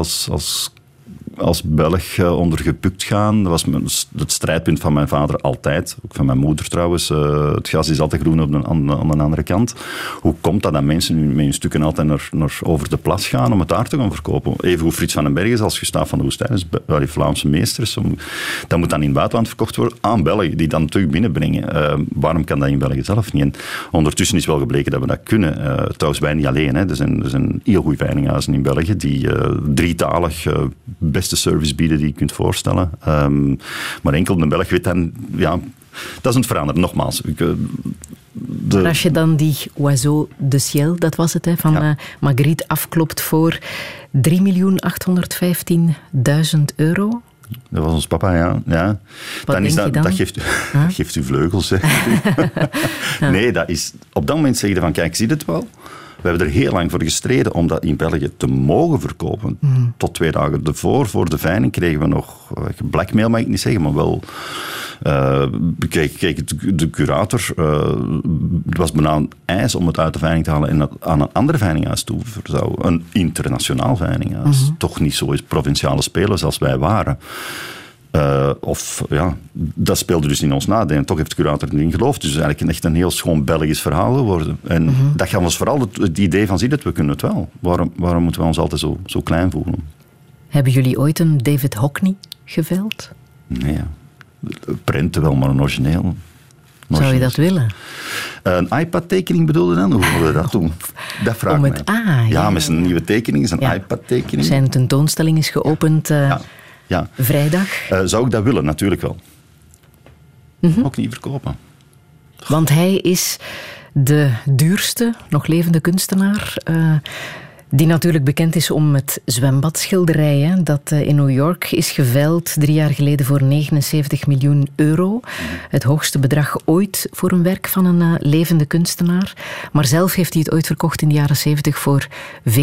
als Belg onder gebukt gaan. Dat was het strijdpunt van mijn vader altijd. Ook van mijn moeder trouwens. Het gras is altijd groen aan de andere kant. Hoe komt dat mensen nu met hun stukken altijd naar over de plas gaan om het daar te gaan verkopen? Evengoed Frits van den Bergen als Gustaaf van de Woestijn, dus die Vlaamse meesters. Dat moet dan in het buitenland verkocht worden aan België, die dan terug binnenbrengen. Waarom kan dat in België zelf niet? En ondertussen is wel gebleken dat we dat kunnen. Trouwens, wij niet alleen. Hè. Er zijn heel goede veilinghuizen in België die drietalig beste service bieden die je kunt voorstellen. Maar enkel de Belg weet dan... Ja, dat is het veranderen. Nogmaals. Maar als je dan die Oiseau de Ciel, dat was het, hè, van Magritte afklopt voor 3.815.000 euro... Dat was ons papa, ja. Wat denk je dan? Dat geeft u vleugels. Hè. Nee, dat is... Op dat moment zeg je van, kijk, zie je het wel? We hebben er heel lang voor gestreden om dat in België te mogen verkopen. Tot 2 dagen ervoor, voor de veiling, kregen we nog... Blackmail mag ik niet zeggen, maar wel... de curator... het was bijna een eis om het uit de veiling te halen en aan een andere veilinghuis toe vertrouwen. Een internationaal veilinghuis. Toch niet zo provinciale spelers als wij waren. Dat speelde dus in ons nadeel. En toch heeft de curator erin geloofd. Dus eigenlijk echt een heel schoon Belgisch verhaal geworden. En dat gaf ons vooral het idee van, zie dat we kunnen het wel. Waarom moeten we ons altijd zo klein voelen? Hebben jullie ooit een David Hockney geveild? Nee, prenten wel, maar een origineel. Zou je dat willen? Een iPad-tekening bedoelde dan? Hoe willen we dat doen? Dat vraag ik mij. Ja, met zijn nieuwe tekening, zijn iPad-tekening. Zijn tentoonstelling is geopend... Ja. Vrijdag. Zou ik dat willen? Natuurlijk wel. Ook niet verkopen. Want hij is de duurste nog levende kunstenaar... die natuurlijk bekend is om het zwembadschilderij. Hè, dat in New York is geveild 3 jaar geleden voor 79 miljoen euro. Het hoogste bedrag ooit voor een werk van een levende kunstenaar. Maar zelf heeft hij het ooit verkocht in de jaren 70 voor $14.000.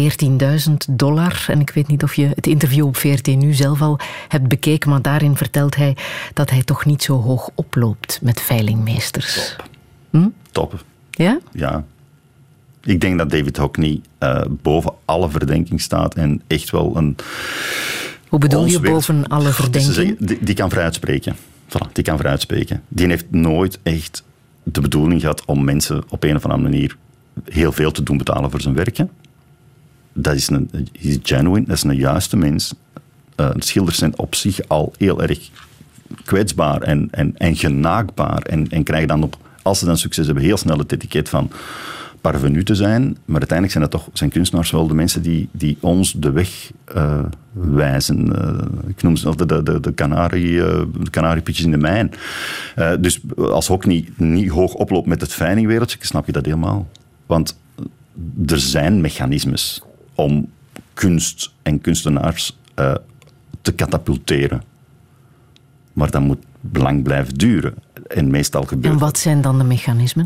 En ik weet niet of je het interview op VRT Nu zelf al hebt bekeken, maar daarin vertelt hij dat hij toch niet zo hoog oploopt met veilingmeesters. Top. Ja? Ja. Ik denk dat David Hockney boven alle verdenking staat en echt wel een... Hoe bedoel je boven alle verdenking? Die kan vrij uitspreken. Voilà, die kan vrij uitspreken. Die heeft nooit echt de bedoeling gehad om mensen op een of andere manier heel veel te doen betalen voor zijn werken. Dat is is genuine, dat is een juiste mens. Schilders zijn op zich al heel erg kwetsbaar en genaakbaar en krijgen dan als ze dan succes hebben, heel snel het etiket van parvenu te zijn, maar uiteindelijk zijn kunstenaars wel de mensen die ons de weg wijzen. Ik noem ze altijd de kanariepietjes in de mijn. Dus als Hockney niet hoog oploopt met het veilingwereldje, snap je dat helemaal. Want er zijn mechanismes om kunst en kunstenaars te katapulteren. Maar dat moet lang blijven duren. En meestal gebeurt. En wat zijn dan de mechanismen?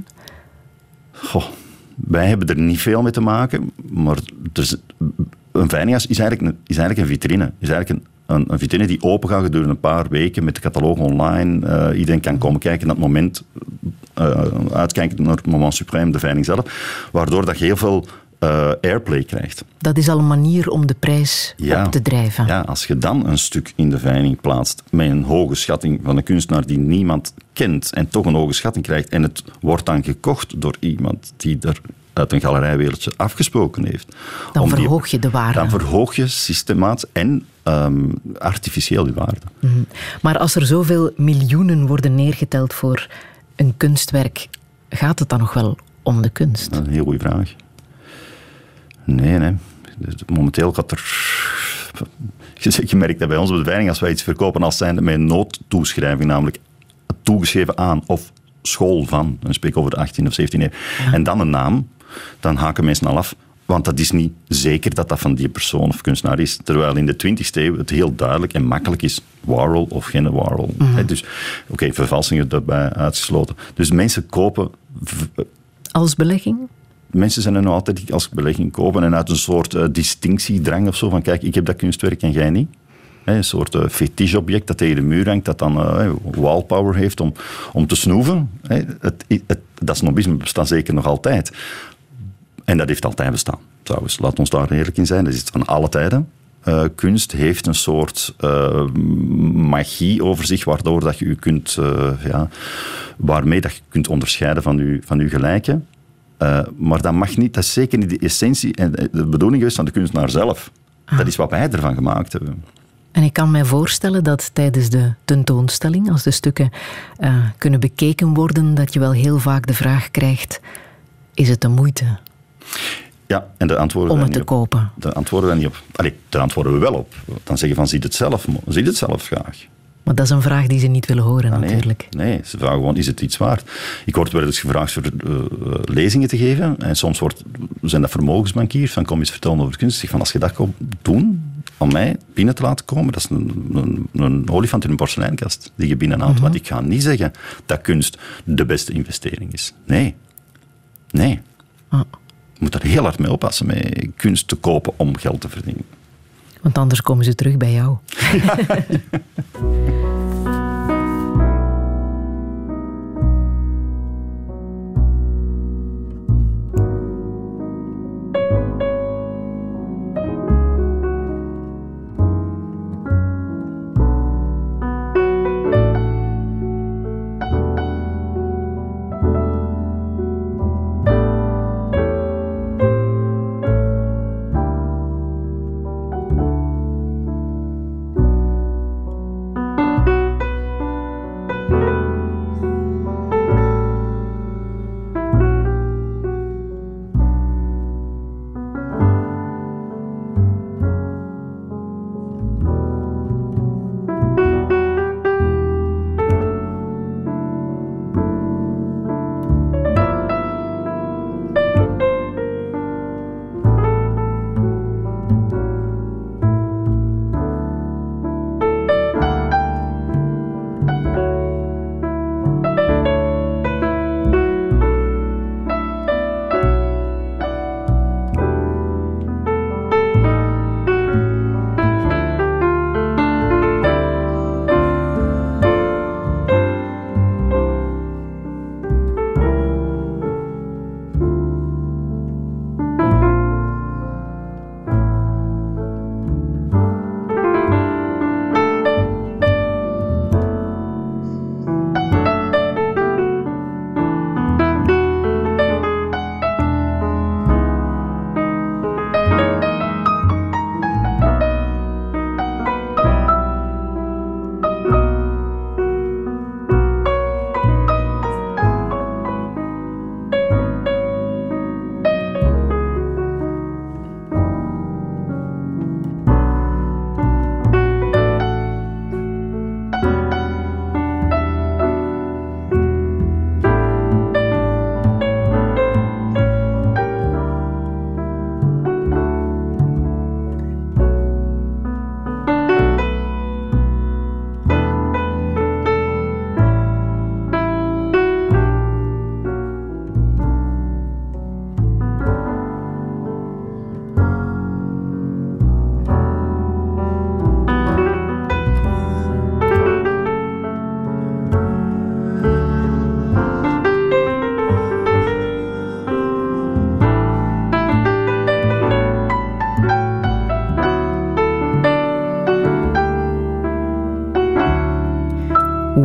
Wij hebben er niet veel mee te maken, maar een veilinghuis is eigenlijk een vitrine. Is eigenlijk een vitrine die open gaat gedurende een paar weken met de catalogus online. Iedereen kan komen kijken naar het moment, uitkijken naar het moment suprême, de veiling zelf, waardoor dat je heel veel airplay krijgt. Dat is al een manier om de prijs op te drijven. Ja, als je dan een stuk in de veiling plaatst met een hoge schatting van een kunstenaar die niemand kent en toch een hoge schatting krijgt en het wordt dan gekocht door iemand die er uit een galerijwereldje afgesproken heeft. Dan verhoog je de waarde. Dan verhoog je systematisch en artificieel die waarde. Mm-hmm. Maar als er zoveel miljoenen worden neergeteld voor een kunstwerk, gaat het dan nog wel om de kunst? Dat is een heel goede vraag. Nee. Momenteel gaat er... Je merkt dat bij ons op de veiling, als wij iets verkopen als zijnde met een noodtoeschrijving, namelijk toegeschreven aan of school van, dan spreek ik over de 18 of 17 eeuw, en dan een naam, dan haken mensen al af. Want dat is niet zeker dat dat van die persoon of kunstenaar is. Terwijl in de 20e eeuw het heel duidelijk en makkelijk is Warhol of geen Warhol. Mm-hmm. Dus, vervalsingen daarbij uitgesloten. Dus mensen kopen... Als belegging? Mensen zijn er nog altijd als belegging kopen en uit een soort distinctiedrang of zo. Van kijk, ik heb dat kunstwerk en jij niet. Een soort feticheobject dat tegen de muur hangt, dat dan wallpower heeft om te snoeven. Dat snobisme bestaat zeker nog altijd. En dat heeft altijd bestaan. Trouwens, laat ons daar eerlijk in zijn. Dat is het van alle tijden. Kunst heeft een soort magie over zich, waardoor dat je u kunt, waarmee dat je kunt onderscheiden van uw gelijke. Maar dat mag niet, dat is zeker niet de essentie en de bedoeling geweest van de kunstenaar zelf. Dat is wat wij ervan gemaakt hebben. En ik kan mij voorstellen dat tijdens de tentoonstelling, als de stukken kunnen bekeken worden, dat je wel heel vaak de vraag krijgt, is het de moeite? Ja, en de antwoorden om het te kopen. De antwoorden wij niet op. Daar antwoorden we wel op. Dan zeggen van, zie het zelf graag. Maar dat is een vraag die ze niet willen horen, natuurlijk. Nee, ze vragen gewoon, is het iets waard? Ik word wel eens gevraagd voor lezingen te geven. En soms zijn dat vermogensbankiers. Van kom eens vertellen over kunst. Ik zeg van, als je dat komt doen, om mij binnen te laten komen, dat is een olifant in een porseleinkast die je binnenhaalt. Mm-hmm. Want ik ga niet zeggen dat kunst de beste investering is. Nee. Je moet er heel hard mee oppassen met kunst te kopen om geld te verdienen. Want anders komen ze terug bij jou.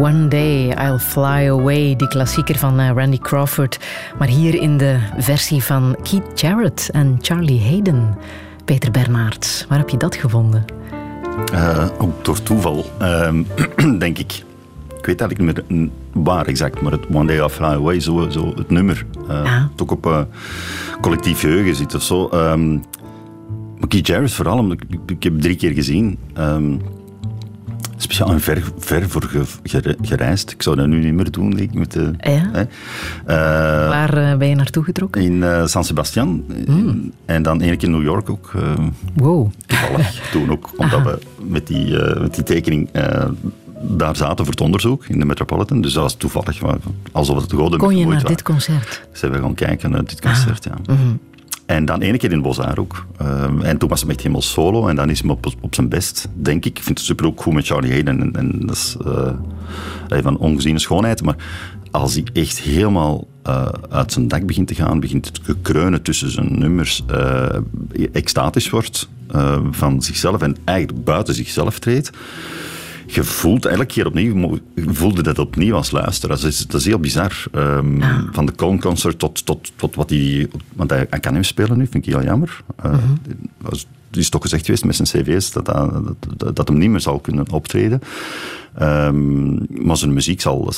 One Day I'll Fly Away, die klassieker van Randy Crawford. Maar hier in de versie van Keith Jarrett en Charlie Hayden. Peter Bernards, waar heb je dat gevonden? Ook door toeval, denk ik. Ik weet eigenlijk niet meer waar exact, maar het One Day I'll Fly Away, zo het nummer. Het ook op collectief geheugen zit of zo. Maar Keith Jarrett vooral, omdat ik heb 3 keer gezien. Speciaal en ver voor gereisd. Ik zou dat nu niet meer doen, denk ik. Met waar ben je naartoe getrokken? In San Sebastian. En dan 1 keer in New York ook. Wow. Toevallig toen ook, omdat we met die tekening daar zaten voor het onderzoek in de Metropolitan. Dus dat was toevallig. Alsof het de goden kon je naar dit concert? Zijn we gaan kijken naar dit concert, ja. Mm-hmm. En dan 1 keer in Bozar ook. En toen was hij echt helemaal solo. En dan is hij op zijn best, denk ik. Ik vind het super ook goed met Charlie Hayden. En dat is van ongeziene schoonheid. Maar als hij echt helemaal uit zijn dak begint te gaan, begint te kreunen tussen zijn nummers, extatisch wordt van zichzelf en eigenlijk buiten zichzelf treedt. Je voelt elke keer opnieuw, voelde dat opnieuw als luisteraar. Dat is heel bizar. Van de Colin Concert tot wat hij... Want hij kan hem spelen nu, vind ik heel jammer. Het is toch gezegd geweest met zijn cv's dat hem niet meer zal kunnen optreden. Maar zijn muziek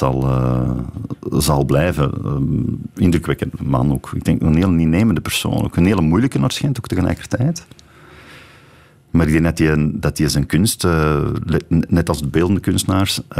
zal blijven. Indrukwekkend man ook. Ik denk een heel innemende persoon. Ook een hele moeilijke waarschijnlijk ook tegelijkertijd. Maar ik denk dat hij zijn kunst, net als de beeldende kunstenaars, ik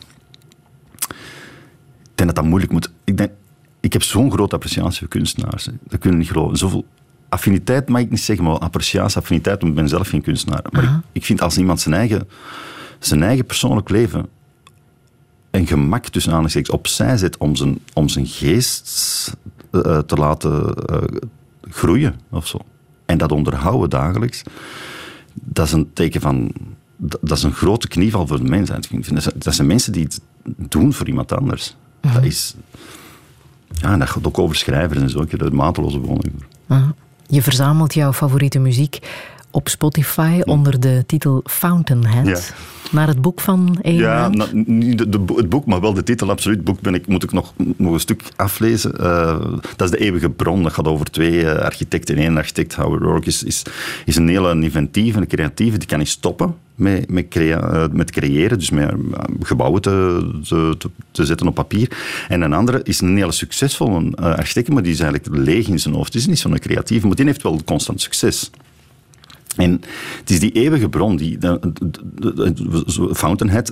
denk dat moeilijk moet. Ik heb zo'n grote appreciatie voor kunstenaars. Dat kunnen we niet geloven. Zoveel affiniteit mag ik niet zeggen, maar appreciatie, affiniteit, want ik ben zelf geen kunstenaar. Maar ik vind als iemand zijn eigen persoonlijk leven een gemak tussen aanhalingstekens opzij zet om zijn geest te laten groeien of zo. En dat onderhouden dagelijks. Dat is een teken van... Dat is een grote knieval voor de mensheid. Dat zijn mensen die het doen voor iemand anders. Dat is... Ja, dat gaat ook over schrijvers en zo. Ik heb er mateloze bewondering voor. Je verzamelt jouw favoriete muziek op Spotify onder de titel Fountainhead. Ja. Naar het boek van Ayn Rand? Ja, niet het boek, maar wel de titel, absoluut. Het boek moet ik nog een stuk aflezen. Dat is De Eeuwige Bron. Dat gaat over 2 architecten. Eén architect, Howard Rourke, is een hele inventieve, een creatieve. Die kan niet stoppen met creëren. Dus met gebouwen te zetten op papier. En een andere is een hele succesvolle architect, maar die is eigenlijk leeg in zijn hoofd. Het is niet zo'n creatieve, maar die heeft wel constant succes. En het is die eeuwige bron, Fountainhead,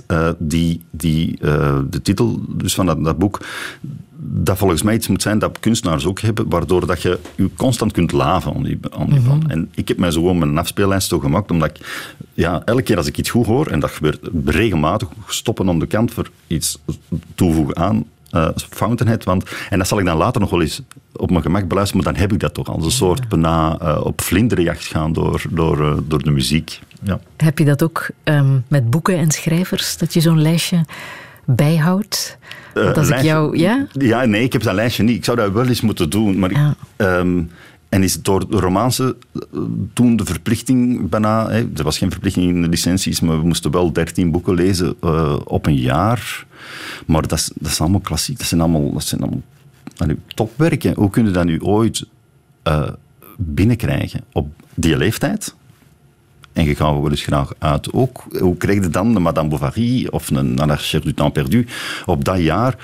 de titel dus van dat boek, dat volgens mij iets moet zijn dat kunstenaars ook hebben, waardoor dat je constant kunt laven aan die bron. En ik heb mij zo gewoon mijn afspeellijst zo gemaakt, omdat ik elke keer als ik iets goed hoor, en dat gebeurt regelmatig, stoppen om de kant voor iets toevoegen aan Fountainhead, en dat zal ik dan later nog wel eens op mijn gemak beluisteren, maar dan heb ik dat toch als een soort bijna op vlinderjacht gaan door de muziek. Ja. Heb je dat ook met boeken en schrijvers, dat je zo'n lijstje bijhoudt? Want als ik jou... Ja? Ja, nee, ik heb dat lijstje niet. Ik zou dat wel eens moeten doen, maar en is het door de romance toen de verplichting bijna... Er was geen verplichting in de licenties, maar we moesten wel 13 boeken lezen op een jaar. Maar dat is allemaal klassiek. Dat zijn allemaal topwerken. Hoe kun je dat nu ooit binnenkrijgen? Op die leeftijd? En je gaat wel eens graag uit. Ook, hoe krijg je dan de Madame Bovary of een À la recherche du temps perdu op dat jaar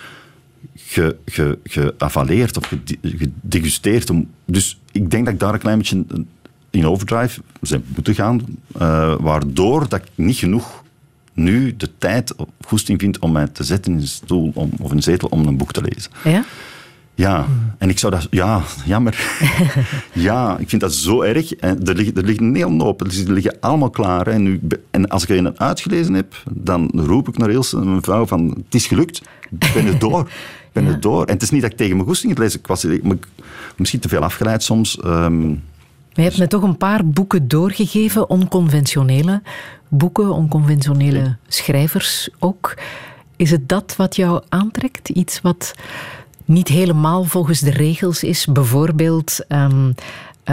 geavaleerd of gedegusteerd? Dus ik denk dat ik daar een klein beetje in overdrive zou moeten gaan, waardoor dat ik niet genoeg nu de tijd of goesting vind om mij te zetten in een stoel of een zetel om een boek te lezen. Ja? Ja, en ik zou dat... Ja, jammer. Ja, ik vind dat zo erg. En er ligt een heel hoop. Die liggen allemaal klaar. Hè. En als ik er een uitgelezen heb, dan roep ik naar Ilse, mijn vrouw, van het is gelukt. Ik ben er door. En het is niet dat ik tegen mijn goesting het lees. Ik was misschien te veel afgeleid soms. Maar je hebt me toch een paar boeken doorgegeven, onconventionele boeken, onconventionele schrijvers ook. Is het dat wat jou aantrekt? Iets wat niet helemaal volgens de regels is? Bijvoorbeeld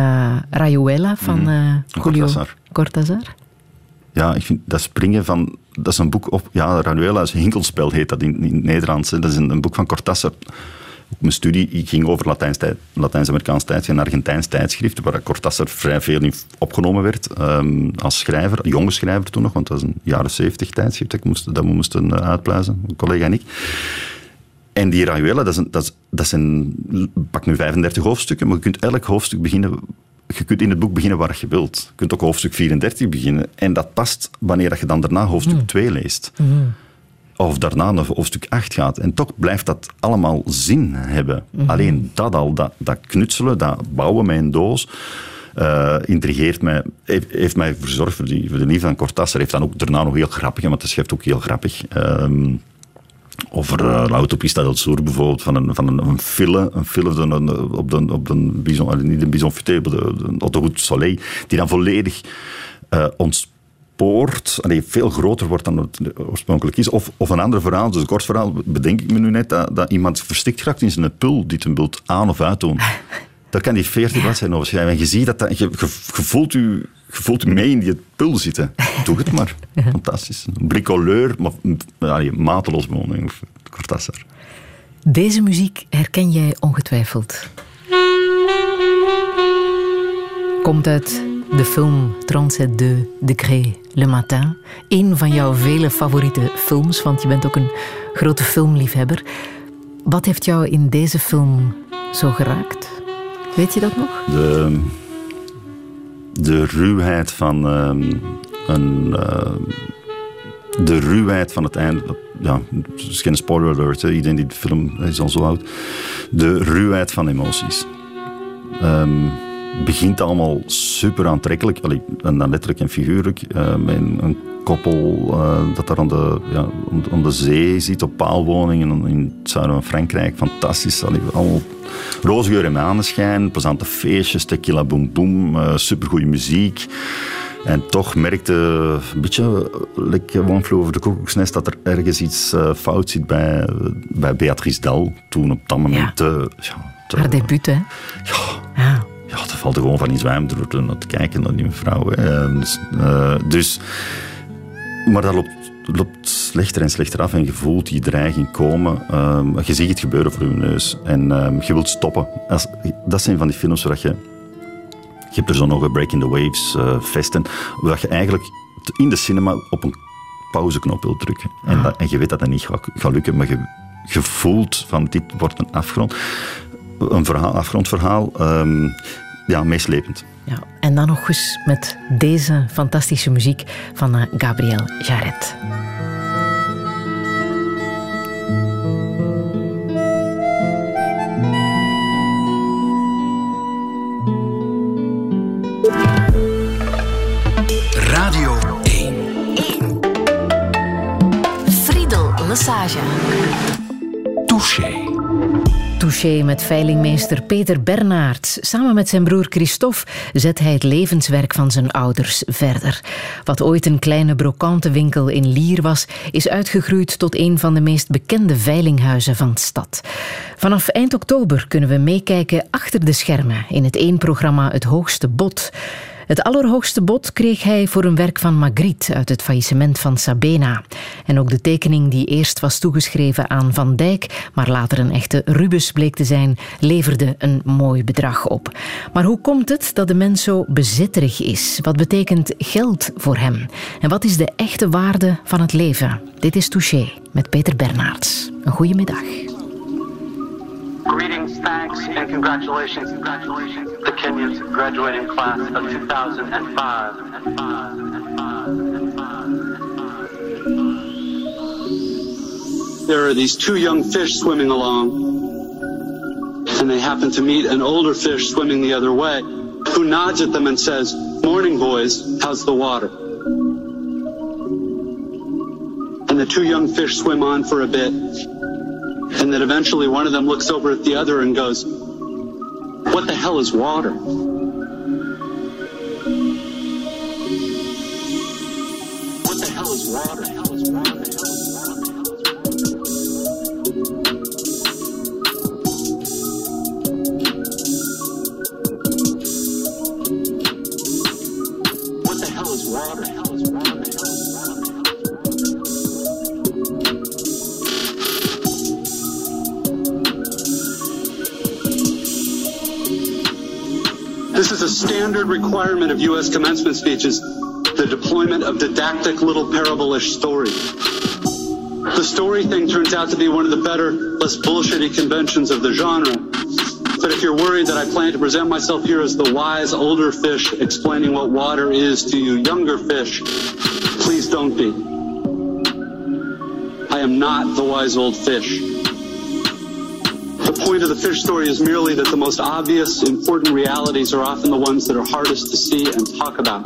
Rayuela van Julio Cortázar? Ja, ik vind dat springen van dat is een boek op... Ja, Rayuela's Hinkelspel heet dat in het Nederlands. Hè. Dat is een boek van Cortázar. Ook mijn studie ging over Latijns-Amerikaans tijdschrift en Argentijns tijdschrift, waar Cortázar vrij veel in opgenomen werd als schrijver, jonge schrijver toen nog, want dat was een jaren 70 tijdschrift dat we moesten uitpluizen, mijn collega en ik. En die Rayuela, dat zijn pak nu 35 hoofdstukken, maar je kunt elk hoofdstuk beginnen... Je kunt in het boek beginnen waar je wilt. Je kunt ook hoofdstuk 34 beginnen. En dat past wanneer je dan daarna hoofdstuk 2 leest. Of daarna naar hoofdstuk 8 gaat. En toch blijft dat allemaal zin hebben. Alleen dat al, dat knutselen, dat bouwen met een doos, intrigeert mij, heeft mij verzorgd voor de liefde van Cortázar. Heeft dan ook daarna nog heel grappig, want hij schrijft ook heel grappig... over La Autopista del Sur bijvoorbeeld, van een file op de Bison, niet de Bison Futé, op de Autoroute Soleil, die dan volledig ontspoort, veel groter wordt dan het oorspronkelijk is. Of een ander verhaal, dus een kort verhaal, bedenk ik me nu net, dat iemand verstikt raakt in zijn pul, die hem wilt aan of uit doen. Daar kan die 40 bladzijden over schrijven. En je ziet je voelt u mee in die pul zitten. Doe het maar. Fantastisch. Een bricoleur, maar mateloos bewondering voor Cortázar. Deze muziek herken jij ongetwijfeld. Komt uit de film 37 degrés le matin. Een van jouw vele favoriete films, want je bent ook een grote filmliefhebber. Wat heeft jou in deze film zo geraakt? Weet je dat nog? De ruwheid van de ruwheid van het einde. Ja, het is geen spoiler alert. Hè. Iedereen die de film is al zo oud. De ruwheid van emoties. Begint allemaal super aantrekkelijk. En dan letterlijk en figuurlijk. Met een koppel dat daar aan de zee zit, op paalwoningen in het zuiden van Frankrijk. Fantastisch. Allemaal roosgeur en maneschijn, plezante feestjes, tequila boom boom, supergoeie muziek. En toch merkte een beetje, like One Flew Over the Cuckoo's Nest, dat er ergens iets fout zit bij Beatrice Dalle. Toen op dat moment... Haar debuut, hè? Ja. Ja, dat valt er gewoon van in zwijm door naar te kijken naar die mevrouw. Maar dat loopt slechter en slechter af en je voelt die dreiging komen. Je ziet het gebeuren voor je neus en je wilt stoppen. Dat zijn van die films waar je hebt er zo nog een Breaking the Waves vesten, waar je eigenlijk in de cinema op een pauzeknop wilt drukken. En je weet dat dat niet gaat lukken, maar je voelt van dit wordt een afgrond. Een afgrondverhaal, meeslepend. Ja, en dan nog eens met deze fantastische muziek van Gabriel Jarret. Radio 1. Friedel Lesage. Touché. Touché met veilingmeester Peter Bernards. Samen met zijn broer Christophe zet hij het levenswerk van zijn ouders verder. Wat ooit een kleine brokantenwinkel in Lier was, is uitgegroeid tot een van de meest bekende veilinghuizen van de stad. Vanaf eind oktober kunnen we meekijken achter de schermen in het 1-programma Het Hoogste Bod. Het allerhoogste bod kreeg hij voor een werk van Magritte uit het faillissement van Sabena. En ook de tekening die eerst was toegeschreven aan Van Dijk, maar later een echte Rubens bleek te zijn, leverde een mooi bedrag op. Maar hoe komt het dat de mens zo bezitterig is? Wat betekent geld voor hem? En wat is de echte waarde van het leven? Dit is Touché met Peter Bernards. Een goede middag. Greetings, thanks, and congratulations. The Kenya's graduating class of 2005. There are these two young fish swimming along, and they happen to meet an older fish swimming the other way, who nods at them and says, "Morning, boys, how's the water?" And the two young fish swim on for a bit. And then eventually one of them looks over at the other and goes, "What the hell is water?" What the hell is water? What the hell is water? a standard requirement of U.S. commencement speeches the deployment of didactic little parable-ish story. The story thing turns out to be one of the better, less bullshitty conventions of the genre. But if you're worried that I plan to present myself here as the wise older fish explaining what water is to you younger fish, please don't be. I am not the wise old fish. The point of the fish story is merely that the most obvious, important realities are often the ones that are hardest to see and talk about.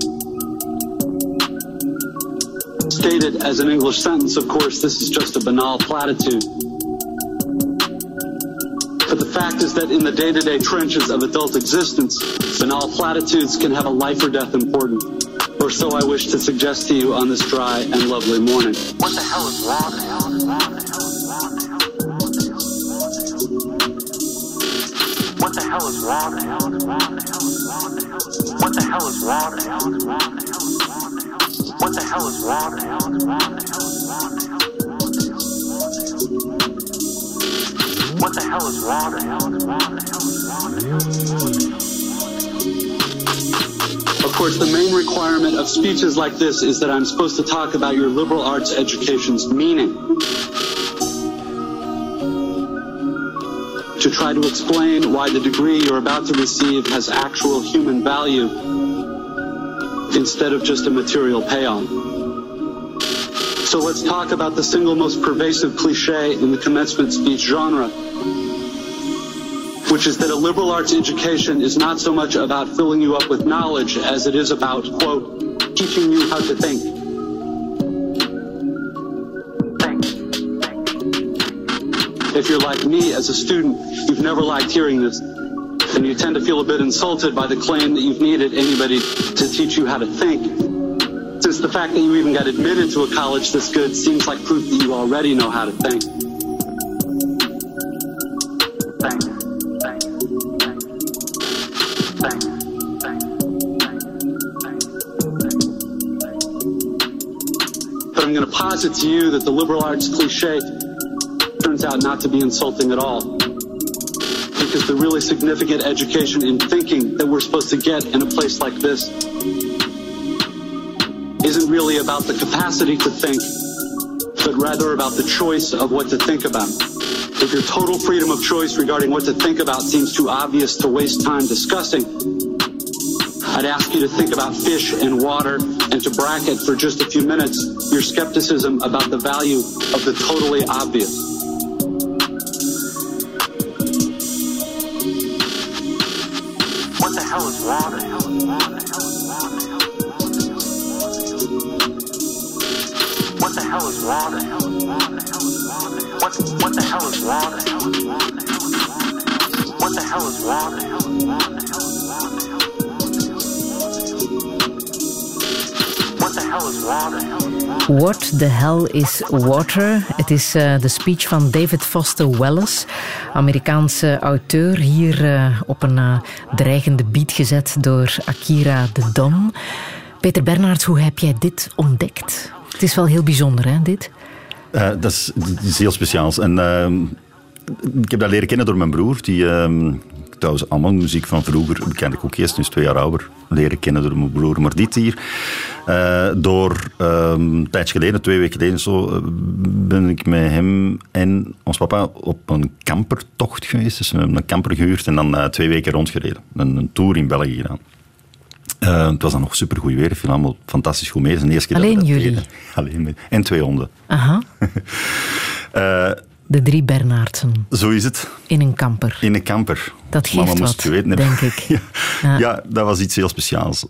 Stated as an English sentence, of course, this is just a banal platitude. But the fact is that in the day-to-day trenches of adult existence, banal platitudes can have a life or death importance. Or so I wish to suggest to you on this dry and lovely morning. What the hell is water? What the hell is water? What the hell is water? What the hell is water? What the hell is water? Of course, the main requirement of speeches like this is that I'm supposed to talk about your liberal arts education's meaning. To try to explain why the degree you're about to receive has actual human value instead of just a material payoff. So let's talk about the single most pervasive cliche in the commencement speech genre, which is that a liberal arts education is not so much about filling you up with knowledge as it is about, quote, teaching you how to think. If you're like me as a student, you've never liked hearing this, and you tend to feel a bit insulted by the claim that you've needed anybody to teach you how to think, since the fact that you even got admitted to a college this good seems like proof that you already know how to think. But I'm going to posit to you that the liberal arts cliche turns out not to be insulting at all. Because the really significant education in thinking that we're supposed to get in a place like this isn't really about the capacity to think, but rather about the choice of what to think about. If your total freedom of choice regarding what to think about seems too obvious to waste time discussing, I'd ask you to think about fish and water and to bracket for just a few minutes your skepticism about the value of the totally obvious. What the hell is water? What the hell is water? What the hell is water? What the hell is water? What the hell is water? What the hell is water? Het is de speech van David Foster Wallace, Amerikaanse auteur, hier op een dreigende beat gezet door Akira de Don. Peter Bernhards, hoe heb jij dit ontdekt? Het is wel heel bijzonder, hè, dit? Dat is heel speciaals. En ik heb dat leren kennen door mijn broer, die trouwens allemaal muziek van vroeger, die ken ik ook eerst, dus 2 jaar ouder, leren kennen door mijn broer. Maar dit hier, door een tijdje geleden, 2 weken geleden zo, ben ik met hem en ons papa op een campertocht geweest. Dus we hebben een camper gehuurd en dan 2 weken rondgereden. Een tour in België gedaan. Het was dan nog supergoed weer. Ik viel allemaal fantastisch goed mee. Het is de eerste keer alleen dat we dat jullie? deden. Alleen met. En 2 honden. Aha. De 3 Bernhardsen. Zo is het. In een camper. In een camper. Dat geeft Mama moest wat, je weten, denk ik. Ja. Ja, dat was iets heel speciaals.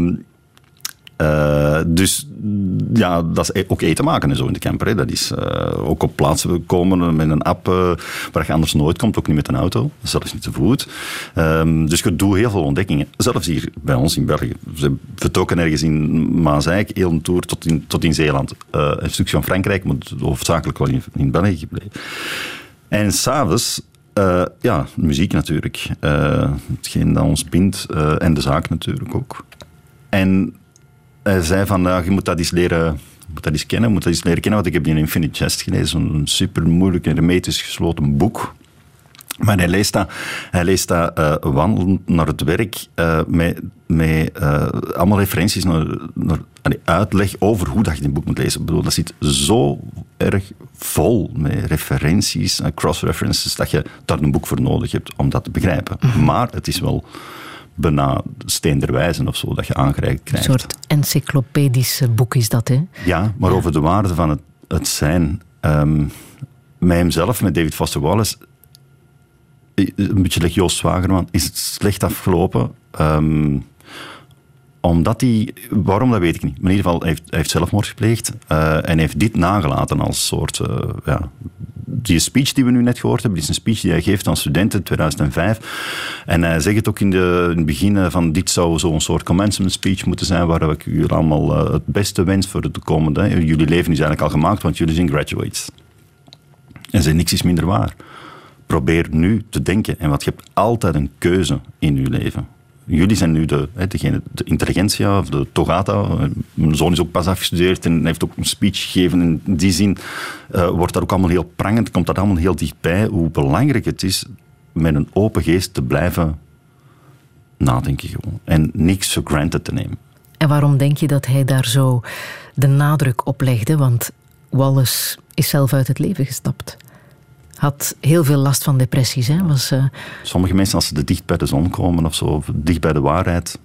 Dus ja, dat is ook eten maken en zo in de camper. Hè. Dat is ook op plaatsen komen met een app waar je anders nooit komt, ook niet met een auto, zelfs niet te voet. Dus je doet heel veel ontdekkingen. Zelfs hier bij ons in België. Ze vertrokken ergens in Maasijk, heel een tour tot in Zeeland. Een stukje van Frankrijk, maar hoofdzakelijk wel in België gebleven. En s'avonds, ja, muziek natuurlijk. Hetgeen dat ons bindt en de zaak natuurlijk ook. En hij zei van, je moet dat eens leren kennen, want ik heb die in Infinite Jest gelezen, zo'n super moeilijk en hermetisch gesloten boek. Maar hij leest dat wandelend naar het werk met allemaal referenties naar uitleg over hoe dat je een boek moet lezen. Ik bedoel, dat zit zo erg vol met referenties, cross-references, dat je daar een boek voor nodig hebt om dat te begrijpen. Mm-hmm. Maar het is wel bijna steenderwijzen of zo dat je aangereikt krijgt. Een soort encyclopedisch boek is dat, hè? Ja, maar over de waarde van het zijn. Met hemzelf, met David Foster Wallace, een beetje like Joost Zwagerman, is het slecht afgelopen. Omdat waarom, dat weet ik niet. Maar in ieder geval, hij heeft zelfmoord gepleegd. En heeft dit nagelaten als soort... die speech die we nu net gehoord hebben, dit is een speech die hij geeft aan studenten in 2005. En hij zegt het ook in het begin van dit zou zo'n soort commencement speech moeten zijn waar ik jullie allemaal het beste wens voor de toekomende. Jullie leven is eigenlijk al gemaakt, want jullie zijn graduates. En zei, niks is minder waar. Probeer nu te denken. En want je hebt altijd een keuze in je leven. Jullie zijn nu de intelligentia, of de togata. Mijn zoon is ook pas afgestudeerd en heeft ook een speech gegeven. In die zin wordt dat ook allemaal heel prangend, komt dat allemaal heel dichtbij. Hoe belangrijk het is met een open geest te blijven nadenken gewoon. En niks for granted te nemen. En waarom denk je dat hij daar zo de nadruk op legde? Want Wallace is zelf uit het leven gestapt. Had heel veel last van depressies. Hè? Sommige mensen, als ze te dicht bij de zon komen of zo, of dicht bij de waarheid.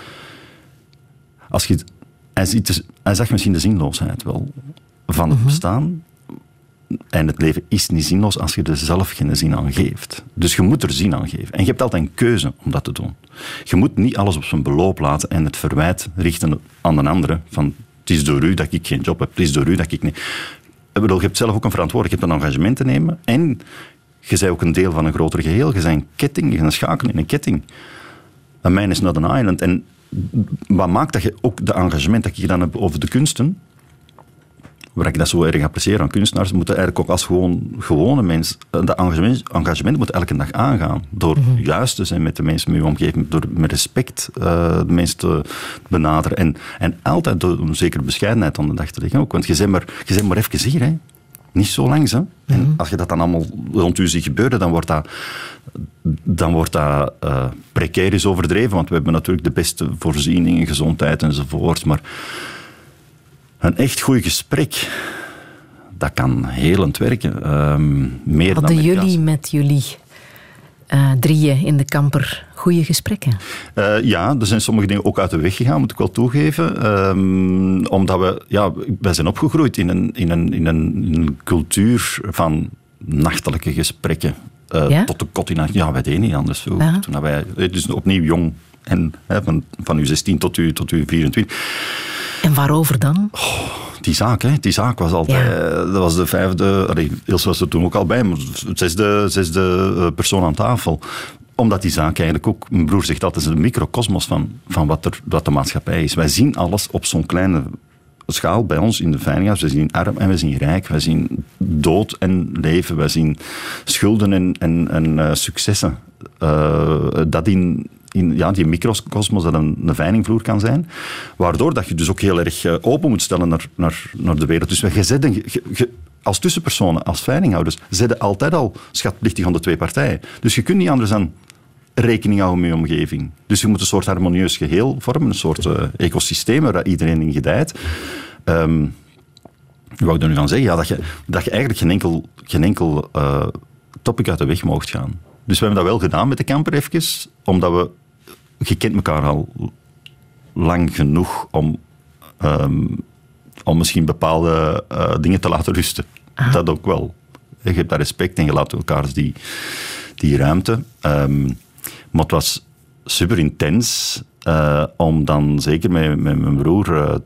Hij zag misschien de zinloosheid wel van het bestaan. En het leven is niet zinloos als je er zelf geen zin aan geeft. Dus je moet er zin aan geven. En je hebt altijd een keuze om dat te doen. Je moet niet alles op zijn beloop laten en het verwijt richten aan een andere. Van, het is door u dat ik geen job heb, het is door u dat ik niet... Ik bedoel, je hebt zelf ook een verantwoordelijkheid, je hebt een engagement te nemen en je bent ook een deel van een groter geheel. Je bent een ketting, je bent een schakel in een ketting. A man is not an island. En wat maakt dat je ook de engagement dat je dan hebt over de kunsten, waar ik dat zo erg apprecieer aan kunstenaars, moeten eigenlijk ook als gewone mens dat engagement moet elke dag aangaan. Door juist te zijn met de mensen met je omgeving, door met respect de mensen te benaderen. En altijd door een zekere bescheidenheid aan de dag te leggen ook. Want je bent maar even hier, hè. Niet zo langs, hè. En als je dat dan allemaal rond u ziet gebeuren, dan wordt dat precarisch overdreven. Want we hebben natuurlijk de beste voorzieningen, gezondheid enzovoort. Maar een echt goed gesprek, dat kan helend werken. Meer Hadden dan jullie met jullie drieën in de kamper goede gesprekken? Ja, er zijn sommige dingen ook uit de weg gegaan, moet ik wel toegeven. Omdat wij zijn opgegroeid in een cultuur van nachtelijke gesprekken. Tot de kot in nacht. Ja, wij deden niet anders. Toen wij, dus opnieuw jong en van uw 16 tot uw 24. En waarover dan? Die zaak, hè. Die zaak was altijd... Dat was de 5e... Ilse was er toen ook al bij, maar de 6e persoon aan tafel. Omdat die zaak eigenlijk ook... Mijn broer zegt altijd, het is een microcosmos van wat de maatschappij is. Wij zien alles op zo'n kleine schaal bij ons in de veiligheid. We zien arm en we zien rijk. We zien dood en leven. We zien schulden en successen. Dat in die microcosmos dat een veilingvloer kan zijn. Waardoor dat je dus ook heel erg open moet stellen naar de wereld. Dus als tussenpersonen, als veilinghouders, zijn altijd al schatplichtig aan de twee partijen. Dus je kunt niet anders dan rekening houden met je omgeving. Dus je moet een soort harmonieus geheel vormen, een soort ecosysteem waar iedereen in gedijt. Wat wou ik er nu van zeggen? Ja, dat je eigenlijk geen enkel topic uit de weg mocht gaan. Dus we hebben dat wel gedaan met de kamper even, omdat je kent elkaar al lang genoeg om misschien bepaalde dingen te laten rusten. Aha. Dat ook wel. Je hebt daar respect en je laat elkaar die ruimte. Maar het was super intens om dan zeker met mijn broer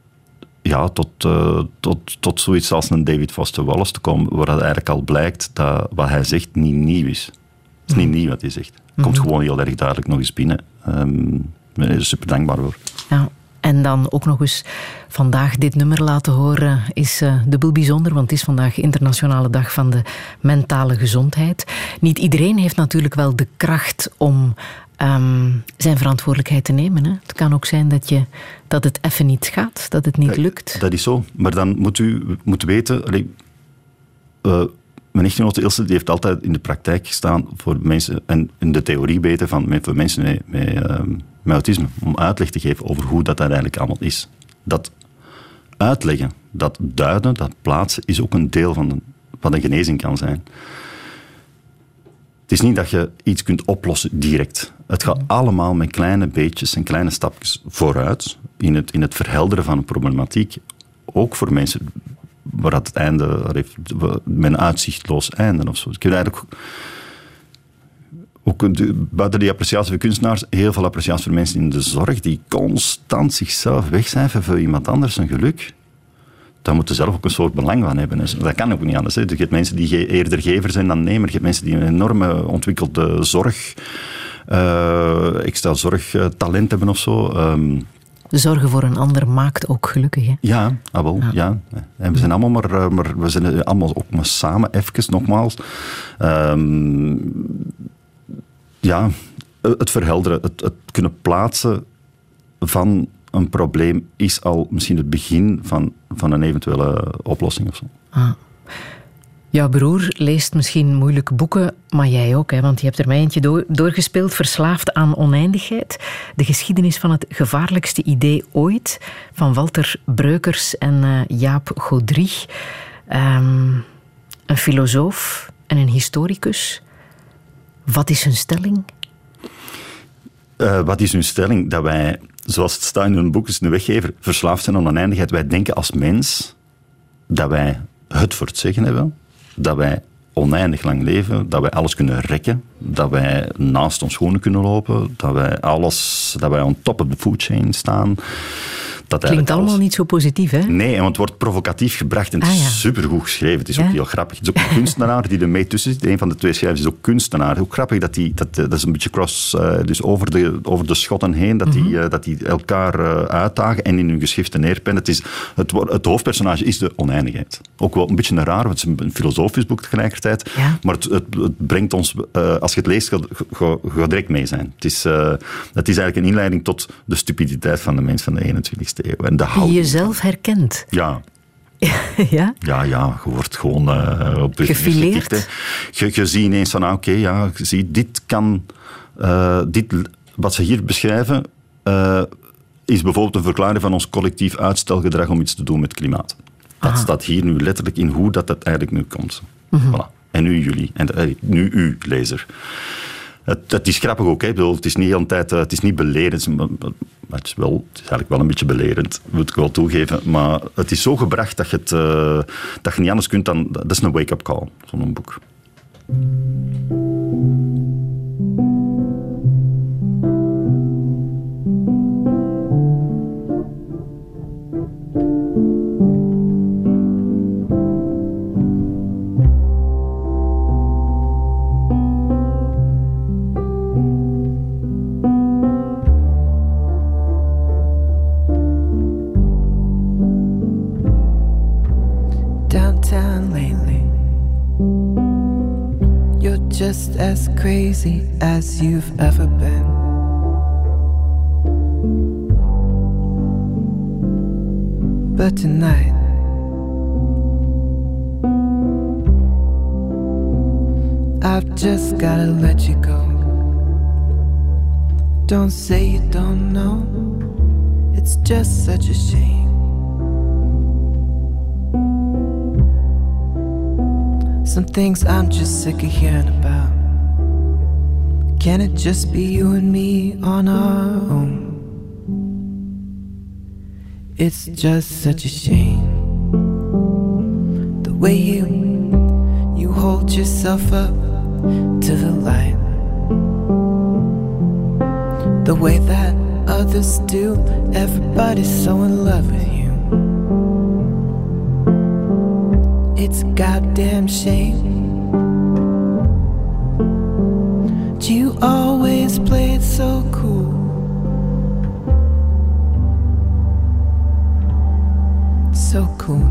tot zoiets als een David Foster Wallace te komen, waar dat eigenlijk al blijkt dat wat hij zegt niet nieuw is. Het is niet nieuw wat hij zegt. Het komt gewoon heel erg duidelijk nog eens binnen. Ik ben er super dankbaar voor. Ja, en dan ook nog eens vandaag dit nummer laten horen is dubbel bijzonder, want het is vandaag Internationale Dag van de Mentale Gezondheid. Niet iedereen heeft natuurlijk wel de kracht om zijn verantwoordelijkheid te nemen. Hè? Het kan ook zijn dat het even niet gaat, dat het niet lukt. Dat is zo. Maar dan moet u weten... mijn echtgenote Ilse die heeft altijd in de praktijk gestaan voor mensen, en in de theorie beter, voor mensen met autisme, om uitleg te geven over hoe dat eigenlijk allemaal is. Dat uitleggen, dat duiden, dat plaatsen, is ook een deel van wat een genezing kan zijn. Het is niet dat je iets kunt oplossen direct. Het gaat allemaal met kleine beetjes en kleine stapjes vooruit in het verhelderen van een problematiek. Ook voor mensen waar het einde heeft, met een uitzichtloos einde of zo. Ik heb eigenlijk ook buiten die appreciatie voor kunstenaars, heel veel appreciatie voor mensen in de zorg die constant zichzelf wegcijferen voor iemand anders zijn geluk. Daar moeten ze zelf ook een soort belang van hebben. Dat kan ook niet anders. Hè. Je hebt mensen die eerder gever zijn dan nemer. Je hebt mensen die een enorme ontwikkelde zorg, extra zorgtalent hebben of zo. Zorgen voor een ander maakt ook gelukkig, hè? Ja, ja. En we zijn allemaal maar we zijn allemaal ook maar samen, even nogmaals. Het verhelderen, het kunnen plaatsen van een probleem is al misschien het begin van een eventuele oplossing of zo. Jouw broer leest misschien moeilijke boeken, maar jij ook, hè? Want je hebt er mij eentje doorgespeeld, Verslaafd aan oneindigheid. De geschiedenis van het gevaarlijkste idee ooit, van Walter Breukers en Jaap Godrich. Een filosoof en een historicus. Wat is hun stelling? Wat is hun stelling? Dat wij, zoals het staat in hun boek, is een weggever, verslaafd zijn aan oneindigheid. Wij denken als mens dat wij het voor het zeggen hebben, dat wij oneindig lang leven, dat wij alles kunnen rekken, dat wij naast ons schoenen kunnen lopen, dat wij on top of the food chain staan. Dat klinkt allemaal niet zo positief, hè? Nee, want het wordt provocatief gebracht en het is supergoed geschreven. Het is ook heel grappig. Het is ook een kunstenaar die er mee tussen zit. Een van de twee schrijvers is ook kunstenaar. Ook grappig dat is een beetje cross, dus over de schotten heen, dat die elkaar uitdagen en in hun geschriften neerpennen. Het hoofdpersonage is de oneindigheid. Ook wel een beetje raar, want het is een filosofisch boek tegelijkertijd. Ja. Maar het brengt ons, als je het leest, gaat direct mee zijn. Het is eigenlijk een inleiding tot de stupiditeit van de mens van de 21ste. Die je zelf herkent. Ja. Ja? Ja, je wordt gewoon gefileerd. Je ziet ineens van, dit kan... wat ze hier beschrijven, is bijvoorbeeld een verklaring van ons collectief uitstelgedrag om iets te doen met het klimaat. Dat staat hier nu letterlijk in hoe dat eigenlijk nu komt. Mm-hmm. Voilà. En nu jullie. En nu u, lezer. Het is grappig ook, hè. Het is niet altijd, het is niet belerend, maar het is eigenlijk wel een beetje belerend, moet ik wel toegeven. Maar het is zo gebracht dat je niet anders kunt dan... Dat is een wake-up call, zo'n boek. Just as crazy as you've ever been. But tonight I've just gotta let you go. Don't say you don't know, it's just such a shame. Some things I'm just sick of hearing about. Can it just be you and me on our own? It's just such a shame. The way you hold yourself up to the light. The way that others do, everybody's so in love with you. It's a goddamn shame. You always played so cool. So cool.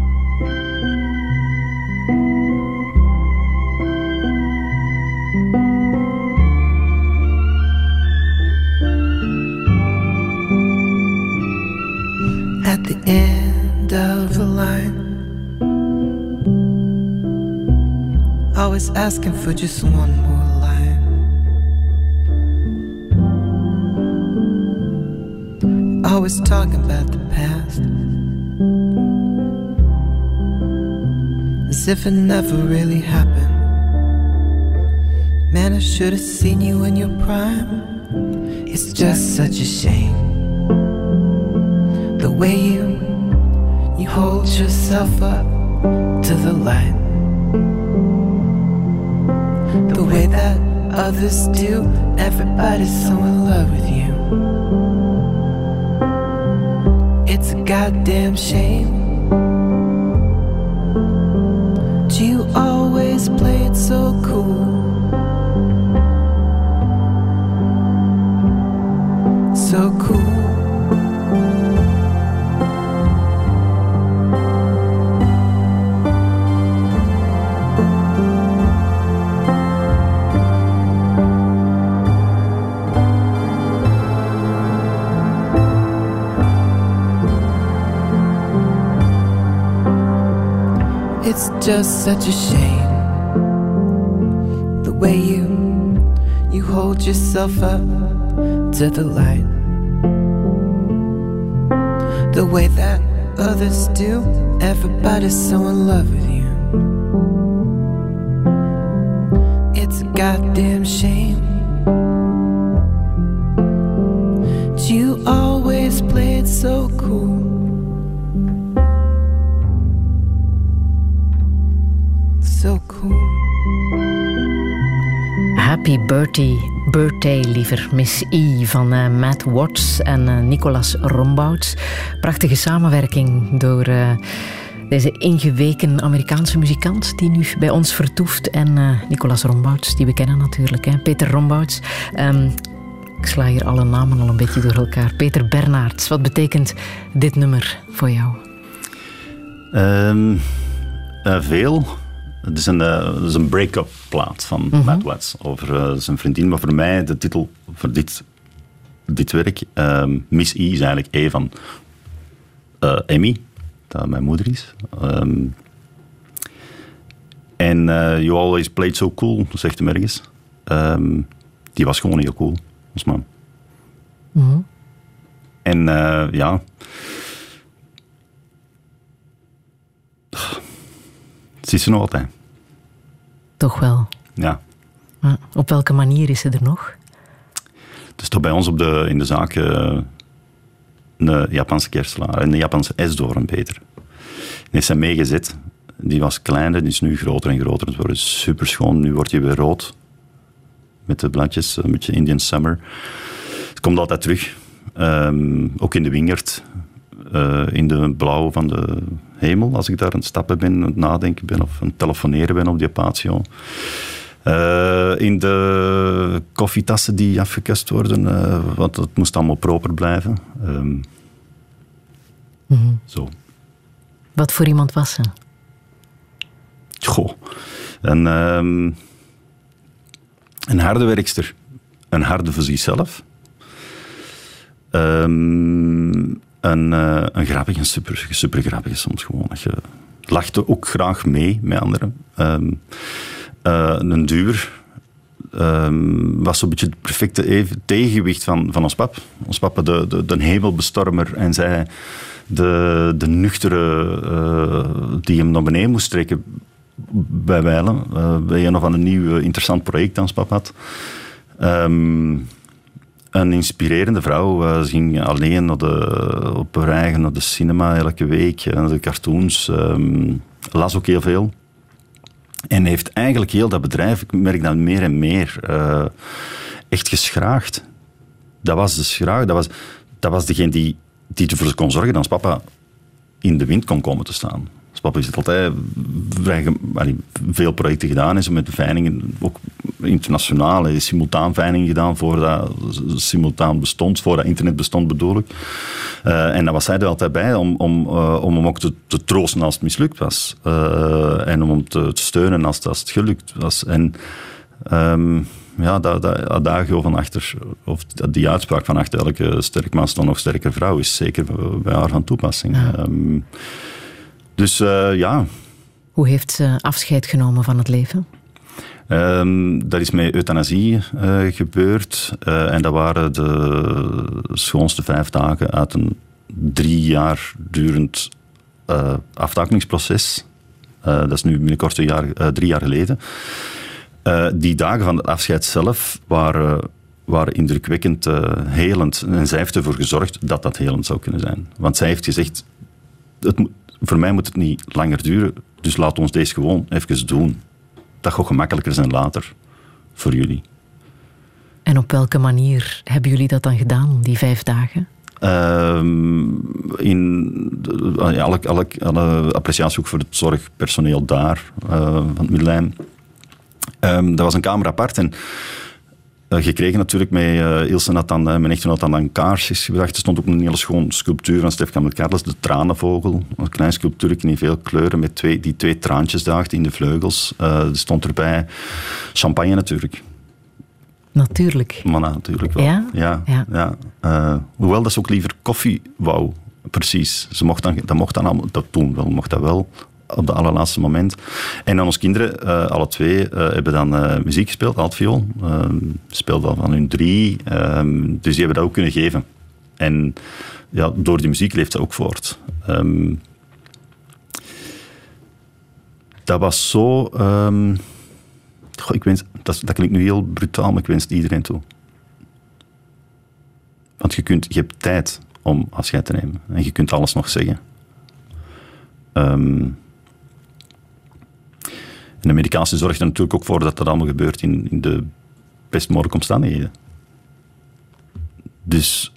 At the end of the line, always asking for just one more line. Always talking about the past, as if it never really happened. Man, I should have seen you in your prime. It's just such a shame, the way you hold yourself up to the light, the way that others do. Everybody's so in love with you. It's a goddamn shame. You always play it so cool, so cool. It's just such a shame, the way you hold yourself up to the light, the way that others do. Everybody's so in love with you. It's a goddamn shame. You always play it so cool. So cool. Happy birthday liever, Miss E van Matt Watts en Nicolas Rombouts. Prachtige samenwerking door deze ingeweken Amerikaanse muzikant die nu bij ons vertoeft. En Nicolas Rombouts, die we kennen natuurlijk, hè? Peter Rombouts. Ik sla hier alle namen al een beetje door elkaar. Peter Bernards, wat betekent dit nummer voor jou? Veel. Het is een break-up plaat van Matt Watts over zijn vriendin. Maar voor mij de titel voor dit werk, Miss E, is eigenlijk E van Emmy, dat mijn moeder is. En You Always Played So Cool, zegt hem ergens. Die was gewoon heel cool, ons man. En ja... Het is er nog altijd. Toch wel? Ja. Op welke manier is ze er nog? Het is toch bij ons in de zaak een Japanse kerselaar, een Japanse esdoorn beter. Die heeft zij meegezet. Die was kleiner, die is nu groter en groter. Het wordt super schoon. Nu wordt hij weer rood. Met de bladjes, een beetje Indian Summer. Het komt altijd terug. Ook in de wingerd. In de blauw van de hemel, als ik daar aan het stappen ben, aan het nadenken ben of aan het telefoneren ben op die patio. In de koffietassen die afgekust worden, want het moest allemaal proper blijven. Zo. Wat voor iemand was ze? Goh. Een harde werkster. Een harde voor zichzelf. Een grappige, super grappige soms gewoon. Je lachte ook graag mee met anderen. Een duwer. Was zo'n beetje het perfecte tegengewicht van ons pap. Ons papa de hemelbestormer en zij de nuchtere die hem naar beneden moest trekken bij wijlen. Bij een of ander nieuw interessant project dat ons pap had. Een inspirerende vrouw. Ze ging alleen op haar eigen naar de cinema elke week, naar de cartoons. Las ook heel veel. En heeft eigenlijk heel dat bedrijf, ik merk dat meer en meer, echt geschraagd. Dat was de schraag. Dat was degene die ervoor kon zorgen dat ons papa in de wind kon komen te staan. Ons papa heeft altijd veel projecten gedaan. Is met beveiligingen, ook internationaal. Hij heeft simultaanveiligingen gedaan voordat simultaan bestond, voordat internet bestond bedoel ik. En daar was hij er altijd bij om hem ook te troosten als het mislukt was. En om hem te steunen als het gelukt was. En ja, dat adagio van achter, of die uitspraak van achter elke sterk man staat nog sterker vrouw, is zeker bij haar van toepassing. Ja. Hoe heeft ze afscheid genomen van het leven? Dat is met euthanasie gebeurd. En dat waren de schoonste 5 dagen uit een 3 jaar durend aftakeling,sproces. Dat is nu binnenkort 3 jaar geleden. Die dagen van het afscheid zelf waren indrukwekkend helend. En zij heeft ervoor gezorgd dat dat helend zou kunnen zijn. Want zij heeft gezegd, voor mij moet het niet langer duren, dus laat ons deze gewoon even doen. Dat gaat gemakkelijker zijn later voor jullie. En op welke manier hebben jullie dat dan gedaan, die 5 dagen? Alle appreciatie ook voor het zorgpersoneel daar, van het Middelijn. Dat was een kamer apart en gekregen natuurlijk met Ilse had dan, mijn echtgenoot had dan kaarsjes gebracht. Er stond ook een hele schoon sculptuur van Stef Kammerkarles, de tranenvogel. Een klein sculptuurtje in veel kleuren met die 2 traantjes daagden in de vleugels. Er stond erbij champagne natuurlijk. Natuurlijk. Maar natuurlijk wel. Ja. Hoewel dat ze ook liever koffie wou, precies. Dat mocht dat wel op het allerlaatste moment. En dan onze kinderen, alle 2, hebben dan muziek gespeeld, altviool. Speelden al van hun 3. Dus die hebben dat ook kunnen geven. En ja, door die muziek leeft dat ook voort. Dat was zo... ik wens, dat klinkt nu heel brutaal, maar ik wens het iedereen toe. Want je hebt tijd om afscheid te nemen. En je kunt alles nog zeggen. En de medicatie zorgt er natuurlijk ook voor dat dat allemaal gebeurt in de best mogelijke omstandigheden. Dus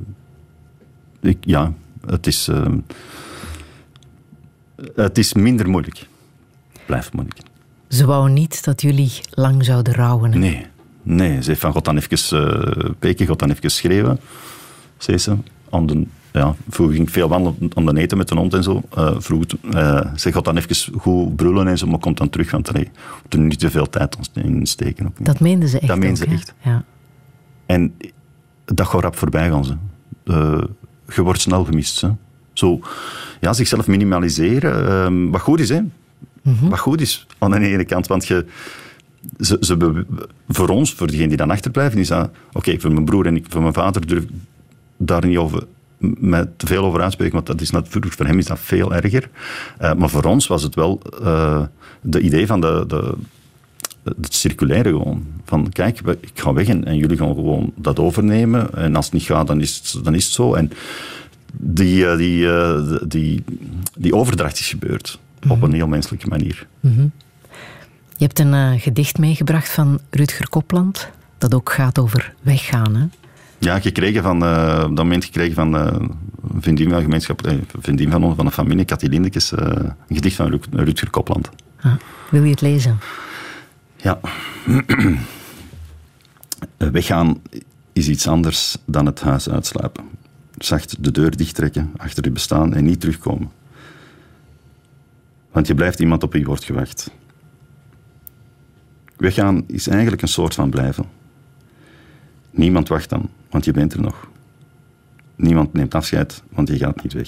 het is minder moeilijk. Blijft moeilijk. Ze wou niet dat jullie lang zouden rouwen. Hè? Nee. Ze heeft van God dan even peken, God dan even schreeuwen. Zei ze. Vroeger ging ik veel wandelen aan de eten met de hond en zo. Ze gaat dan even goed brullen en zo, maar komt dan terug, want we moeten er niet te veel tijd in steken. Ook. Dat meende ze echt. Dat meende ze echt. Ja. En dat gaat rap voorbij gaan. Je wordt snel gemist. Hè. Zo, ja, zichzelf minimaliseren. Wat goed is, hè. Mm-hmm. Wat goed is aan de ene kant, want voor ons, voor degenen die dan achterblijven, is dat... Oké, voor mijn broer en voor mijn vader durf ik daar niet met te veel over uitspreken, want dat is natuurlijk, voor hem is dat veel erger. Maar voor ons was het wel de idee van het circulaire gewoon. Van kijk, ik ga weg en jullie gaan gewoon dat overnemen. En als het niet gaat, dan is het zo. En die overdracht is gebeurd. Mm-hmm. Op een heel menselijke manier. Mm-hmm. Je hebt een gedicht meegebracht van Rutger Kopland, dat ook gaat over weggaan, hè? Ja, op dat moment gekregen van een vriendin van de gemeenschap, een vriendin van de familie, Cathy Lindekes, een gedicht van Rutger Kopland. Wil je het lezen? Ja. Weggaan is iets anders dan het huis uitsluipen. Zacht de deur dichttrekken, achter je bestaan en niet terugkomen. Want je blijft iemand op wie wordt gewacht. Weggaan is eigenlijk een soort van blijven. Niemand wacht dan, want je bent er nog. Niemand neemt afscheid, want je gaat niet weg.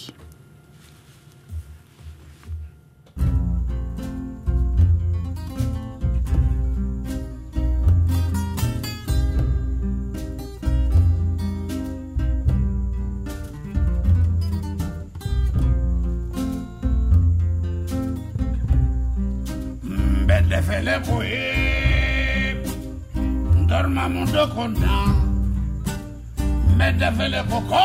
Fele koe dorma mundo kona mede fele koko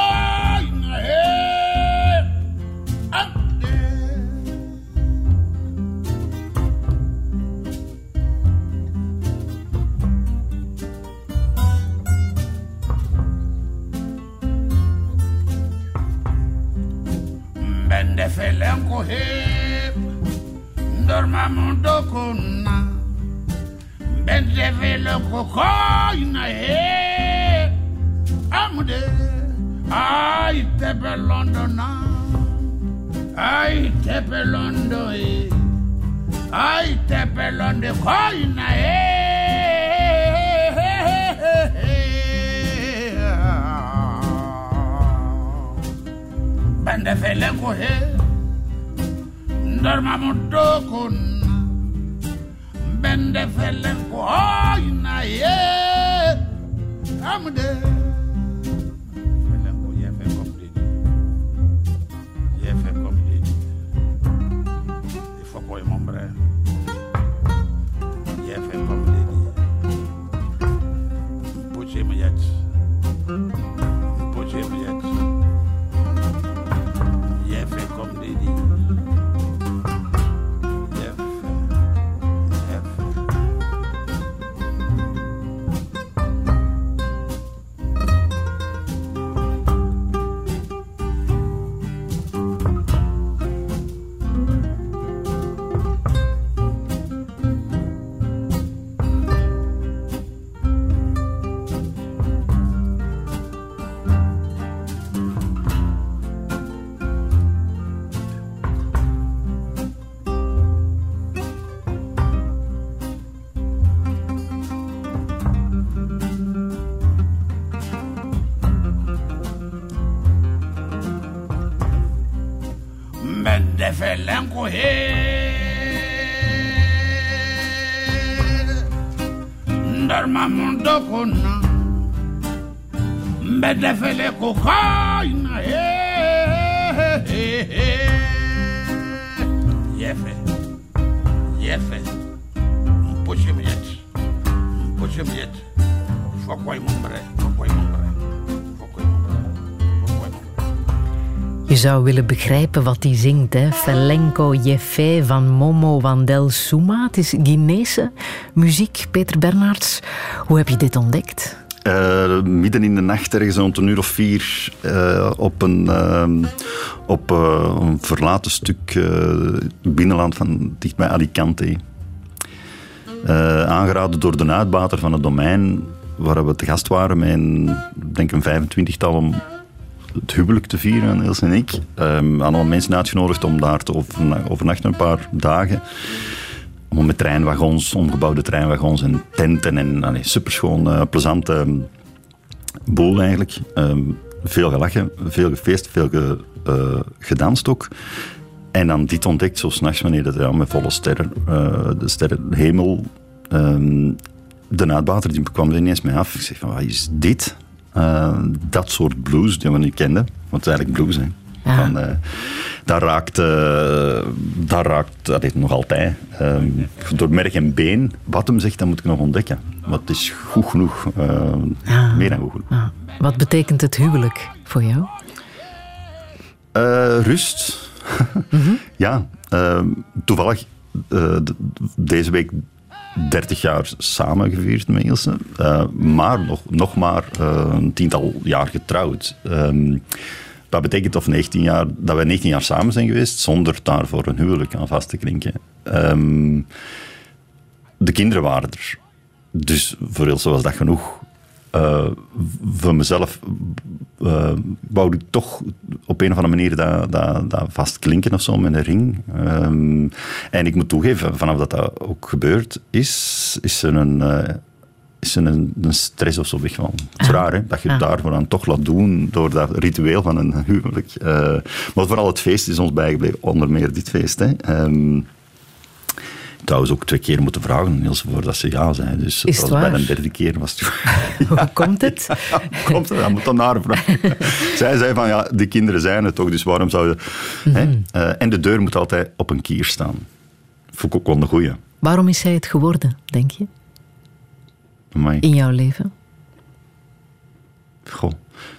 mede fele koe dorma mundo kona Bende le cocoina amude ai te belondona ai te belondo ai te belonde coina Bende le cohe dormamos con Ben de felenko, oh, na ye. Amde. Felenko, je fait comme Didi. Je fait comme Didi. Il faut qu'on y m'embre. Je fait comme Didi. Poche me yet. Poche me yet. Je fait comme Didi. Felenko he Ndarma mundo kona Mbede felenko kaina he Yefe Mpoche miet Fokwai mombre Je zou willen begrijpen wat hij zingt. Hè? Felenko Jeffé van Momo Wandel Souma. Het is Guinese muziek. Peter Bernards, hoe heb je dit ontdekt? Midden in de nacht, ergens rond 4 op een verlaten stuk binnenland van dichtbij Alicante. Aangeraden door de uitbater van het domein, waar we te gast waren met een 25-tal om het huwelijk te vieren, Niels en ik. Allemaal mensen uitgenodigd om daar te overnachten een paar dagen. Met treinwagons, omgebouwde treinwagons en tenten en superschoon, plezante boel eigenlijk. Veel gelachen, veel gefeest, veel gedanst ook. En dan dit ontdekt, zo 's nachts wanneer met volle sterren, de sterrenhemel. De uitbater die kwam er ineens mee af. Ik zeg van, wat is dit? Dat soort blues die we nu kenden, want het is eigenlijk blues, hè. Ja. Daar raakt dat nog altijd. Door merg en been. Wat hem zegt, dat moet ik nog ontdekken. Maar het is goed genoeg. Meer dan goed genoeg. Ja. Wat betekent het huwelijk voor jou? Rust. Ja. Toevallig deze week 30 jaar samengevierd met Ilse. Maar nog maar een 10-tal jaar getrouwd. Dat betekent dat wij 19 jaar samen zijn geweest, zonder daarvoor een huwelijk aan vast te klinken. De kinderen waren er. Dus voor Ilse was dat genoeg. Voor mezelf wou ik toch op een of andere manier dat vast klinken of zo met een ring. En ik moet toegeven, vanaf dat ook gebeurd is er een stress of zo weggevallen. Het is raar, hè, dat je daarvoor aan toch laat doen door dat ritueel van een huwelijk. Maar vooral het feest is ons bijgebleven, onder meer dit feest. Hè. Trouwens ook 2 keer moeten vragen, Niels, voordat ze ja zei. Dus is het waar? Bij de 3e keer was het... Hoe komt het? Komt het? Dat moet dan naar vragen. Zij zei van, ja, de kinderen zijn het toch, dus waarom zou je... En de deur moet altijd op een kier staan. Vond ik ook wel een goeie. Waarom is zij het geworden, denk je? Amai. In jouw leven? Goh.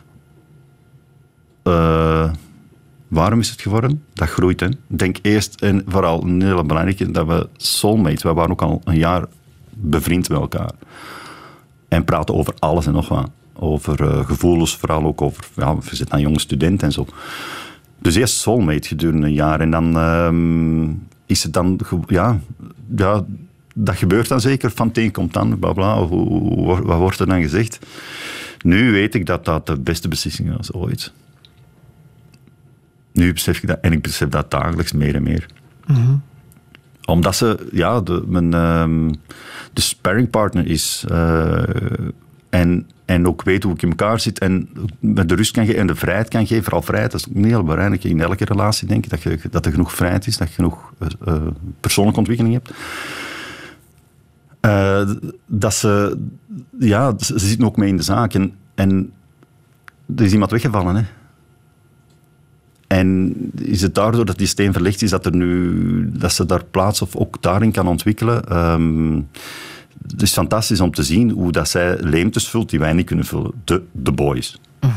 Waarom is het geworden? Dat groeit, hè. Ik denk eerst en vooral een hele belangrijke, dat we soulmates, we waren ook al een jaar bevriend met elkaar. En praten over alles en nog wat. Over gevoelens, vooral ook over, ja, we zitten aan jonge studenten en zo. Dus eerst soulmate gedurende een jaar. En dan is het dan, ja, dat gebeurt dan zeker. Van het een komt dan, bla bla. Wat wordt er dan gezegd? Nu weet ik dat dat de beste beslissing was ooit. Nu besef ik dat, en ik besef dat dagelijks meer en meer. Mm-hmm. Omdat ze, ja, de sparringpartner is. En ook weet hoe ik in elkaar zit. En met de rust kan geven en de vrijheid kan geven. Vooral vrijheid, dat is ook heel belangrijk in elke relatie, denk ik. Dat er genoeg vrijheid is, dat je genoeg persoonlijke ontwikkeling hebt. Dat ze zitten ook mee in de zaak. En er is iemand weggevallen, hè. En is het daardoor dat die steen verlegd is, dat ze daar plaats of ook daarin kan ontwikkelen? Het is fantastisch om te zien hoe dat zij leemtes vult die wij niet kunnen vullen. De boys.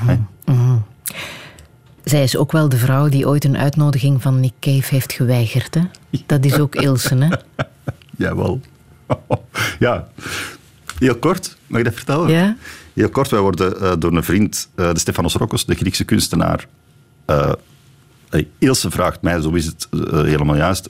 Zij is ook wel de vrouw die ooit een uitnodiging van Nick Cave heeft geweigerd. Hè? Dat is ook Ilse, hè? Jawel. Ja. Heel kort, mag ik dat vertellen? Ja? Heel kort, wij worden door een vriend, de Stefanos Rokkos, de Griekse kunstenaar... Ilse vraagt mij, zo is het helemaal juist,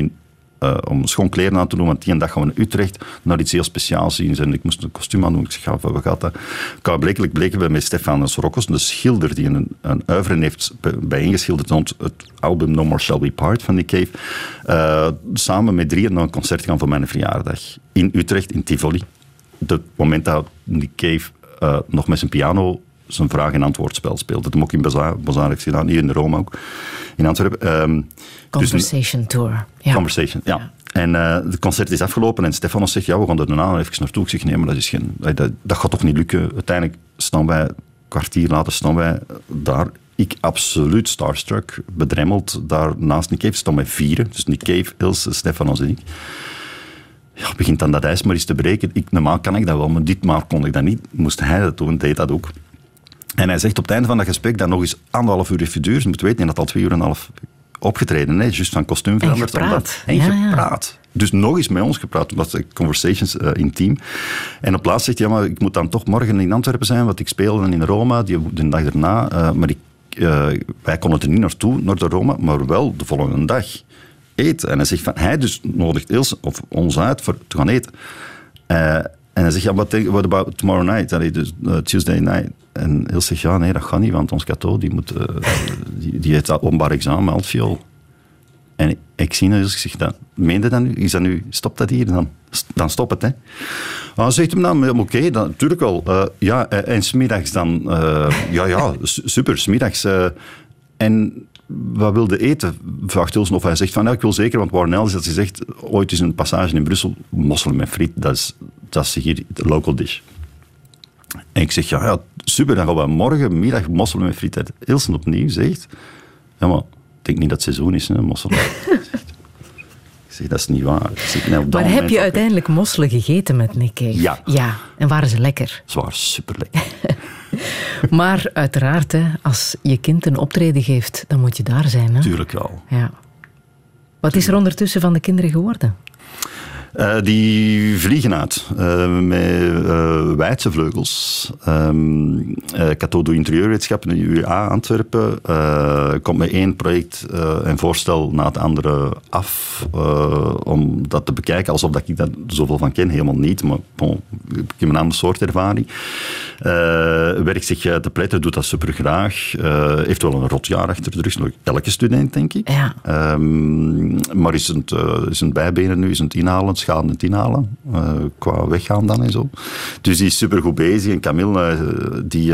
om schoon kleren aan te doen, want die dag gaan we naar Utrecht naar iets heel speciaals zien. En ik moest een kostuum aan doen. Ik zeg, wat gaat dat? Bleken we met Stefanos Rokkos, de schilder die een oeuvre heeft bijeengeschilderd rond het album No More Shall We Part van Nick Cave, samen met 3 naar een concert gaan voor mijn verjaardag. In Utrecht, in Tivoli. Het moment dat Nick Cave nog met zijn piano zijn vraag- en antwoordspel speelt. Dat hem ook in Bazaar heeft gedaan, hier in de Rome ook, in Antwerpen. Conversation Tour. Ja. Conversation, ja. En het concert is afgelopen en Stefanos zegt, we gaan er daarna even naartoe. Ik zeg, nee, maar dat gaat toch niet lukken. Uiteindelijk staan wij, een kwartier later staan wij daar. Ik absoluut starstruck, bedremmeld. Daar naast Nick Cave staan wij 4. Dus Nick Cave, Ilse, Stefanos en ik. Ja, begint dan dat ijs maar eens te breken. Normaal kan ik dat wel, maar ditmaal kon ik dat niet. Moest hij dat doen, deed dat ook. En hij zegt op het einde van dat gesprek dat nog eens 1,5 uur heeft geduurd. Je moet weten, dat al 2,5 uur opgetreden. Hè? Juist van kostuum veranderd. En gepraat. Dus nog eens met ons gepraat. Dat was Conversations intiem. En op laatst zegt hij, maar ik moet dan toch morgen in Antwerpen zijn, want ik speelde in Rome de dag daarna. Maar wij konden er niet naartoe, naar de Rome, maar wel de volgende dag eten. En hij zegt van, hij dus nodigt Ilse of ons uit voor te gaan eten. En hij zegt, what about tomorrow night? Dus, Tuesday night. En Ilse zegt, ja, nee, dat gaat niet, want ons Cato, die heeft dat openbaar examen, altviool. En ik zie Ilse, ik zeg, meen je dat nu? Is dat nu, stopt dat hier? Dan stop het, hè. Dan zegt hem dan, oké, natuurlijk wel. En 's middags dan, super, 's middags. En wat wilde eten? Vraagt Ilse of hij zegt van, ik wil zeker, want Warnell is dat ze zegt, ooit is een passage in Brussel, mosselen met friet, dat is hier de local dish. En ik zeg, ja, super, dan gaan we morgenmiddag mosselen met friet eten. Ilse opnieuw zegt, ja, maar ik denk niet dat het seizoen is, hè, mosselen. Ik zeg, dat is niet waar. Maar heb je uiteindelijk mosselen gegeten met Nick Cave? Ja. En waren ze lekker? Ze waren super lekker. Maar uiteraard, hè, als je kind een optreden geeft, dan moet je daar zijn. Hè? Tuurlijk wel. Ja. Wat is er ondertussen van de kinderen geworden? Die vliegen uit met wijdse vleugels. Cato doet interieurwetenschappen in de UEA Antwerpen. Komt met 1 project en voorstel na het andere af om dat te bekijken. Alsof dat ik daar zoveel van ken, helemaal niet. Maar bon, ik heb een andere soort ervaring. Werkt zich te pletten, doet dat super graag. Heeft wel een rotjaar achter de rug. Nog elke student, denk ik. Ja. Maar is het bijbenen nu, is het inhalen, schade het inhalen, qua weggaan dan en zo. Dus die is supergoed bezig. En Camille, die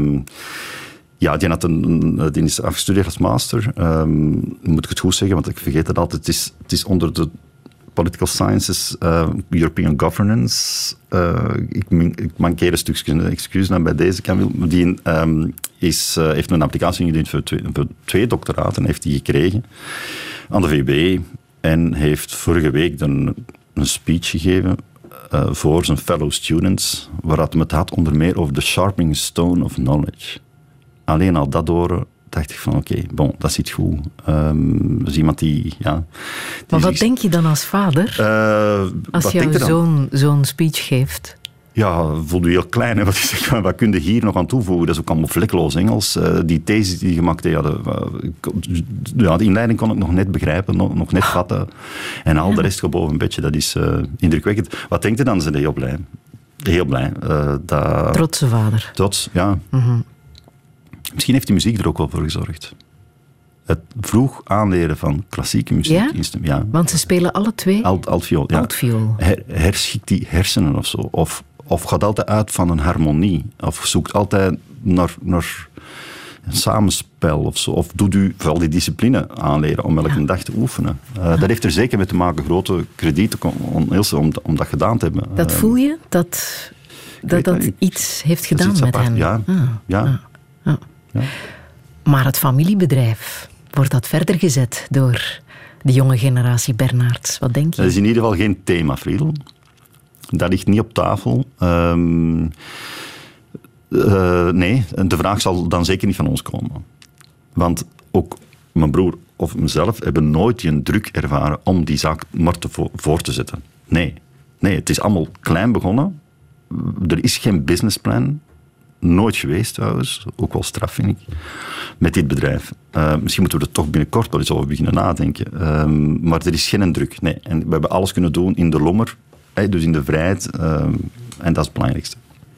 is afgestudeerd als master. Moet ik het goed zeggen, want ik vergeet het altijd. Het is onder de Political Sciences, European Governance. Ik mankeer een stukje, excuus dan bij deze Camille. Die heeft een applicatie ingediend voor 2 doctoraten, heeft die gekregen aan de VUB. En heeft vorige week een speech gegeven voor zijn fellow students, waar het had onder meer over the sharpening stone of knowledge. Alleen al dat horen, dacht ik van oké, dat zit goed. Dus iemand die... Ja, maar wat denk je dan als vader? Als jouw zo'n speech geeft? Ja, voelde je heel klein. Hè? Wat kun je hier nog aan toevoegen? Dat is ook allemaal vlekkeloos Engels. Die thesis die gemaakt de inleiding kon ik nog net begrijpen, nog net vatten. En al de rest gewoon boven een beetje, dat is indrukwekkend. Wat denkt je dan? Ze zijn heel blij. Heel blij. Trotse vader. Trots, ja. Mm-hmm. Misschien heeft die muziek er ook wel voor gezorgd. Het vroeg aanleren van klassieke muziek. Ja? Want ze spelen alle 2? Altviool, ja. Altviool. Herschikt die hersenen of zo. Of gaat altijd uit van een harmonie. Of zoekt altijd naar een samenspel of zo. Of doet u vooral die discipline aanleren om elke dag te oefenen. Dat heeft er zeker mee te maken, grote kredieten om dat gedaan te hebben. Dat voel je? Dat iets heeft gedaan met hen? Ja. Maar het familiebedrijf, wordt dat verder gezet door de jonge generatie Bernards? Wat denk je? Dat is in ieder geval geen thema, Friedel. Dat ligt niet op tafel. Nee, de vraag zal dan zeker niet van ons komen. Want ook mijn broer of mezelf hebben nooit die druk ervaren om die zaak maar voor te zetten. Nee, het is allemaal klein begonnen. Er is geen businessplan. Nooit geweest trouwens. Ook wel straf, vind ik. Met dit bedrijf. Misschien moeten we er toch binnenkort wel eens over beginnen nadenken. Maar er is geen druk. Nee. En we hebben alles kunnen doen in de lommer. Dus in de vrijheid. En dat is het belangrijkste.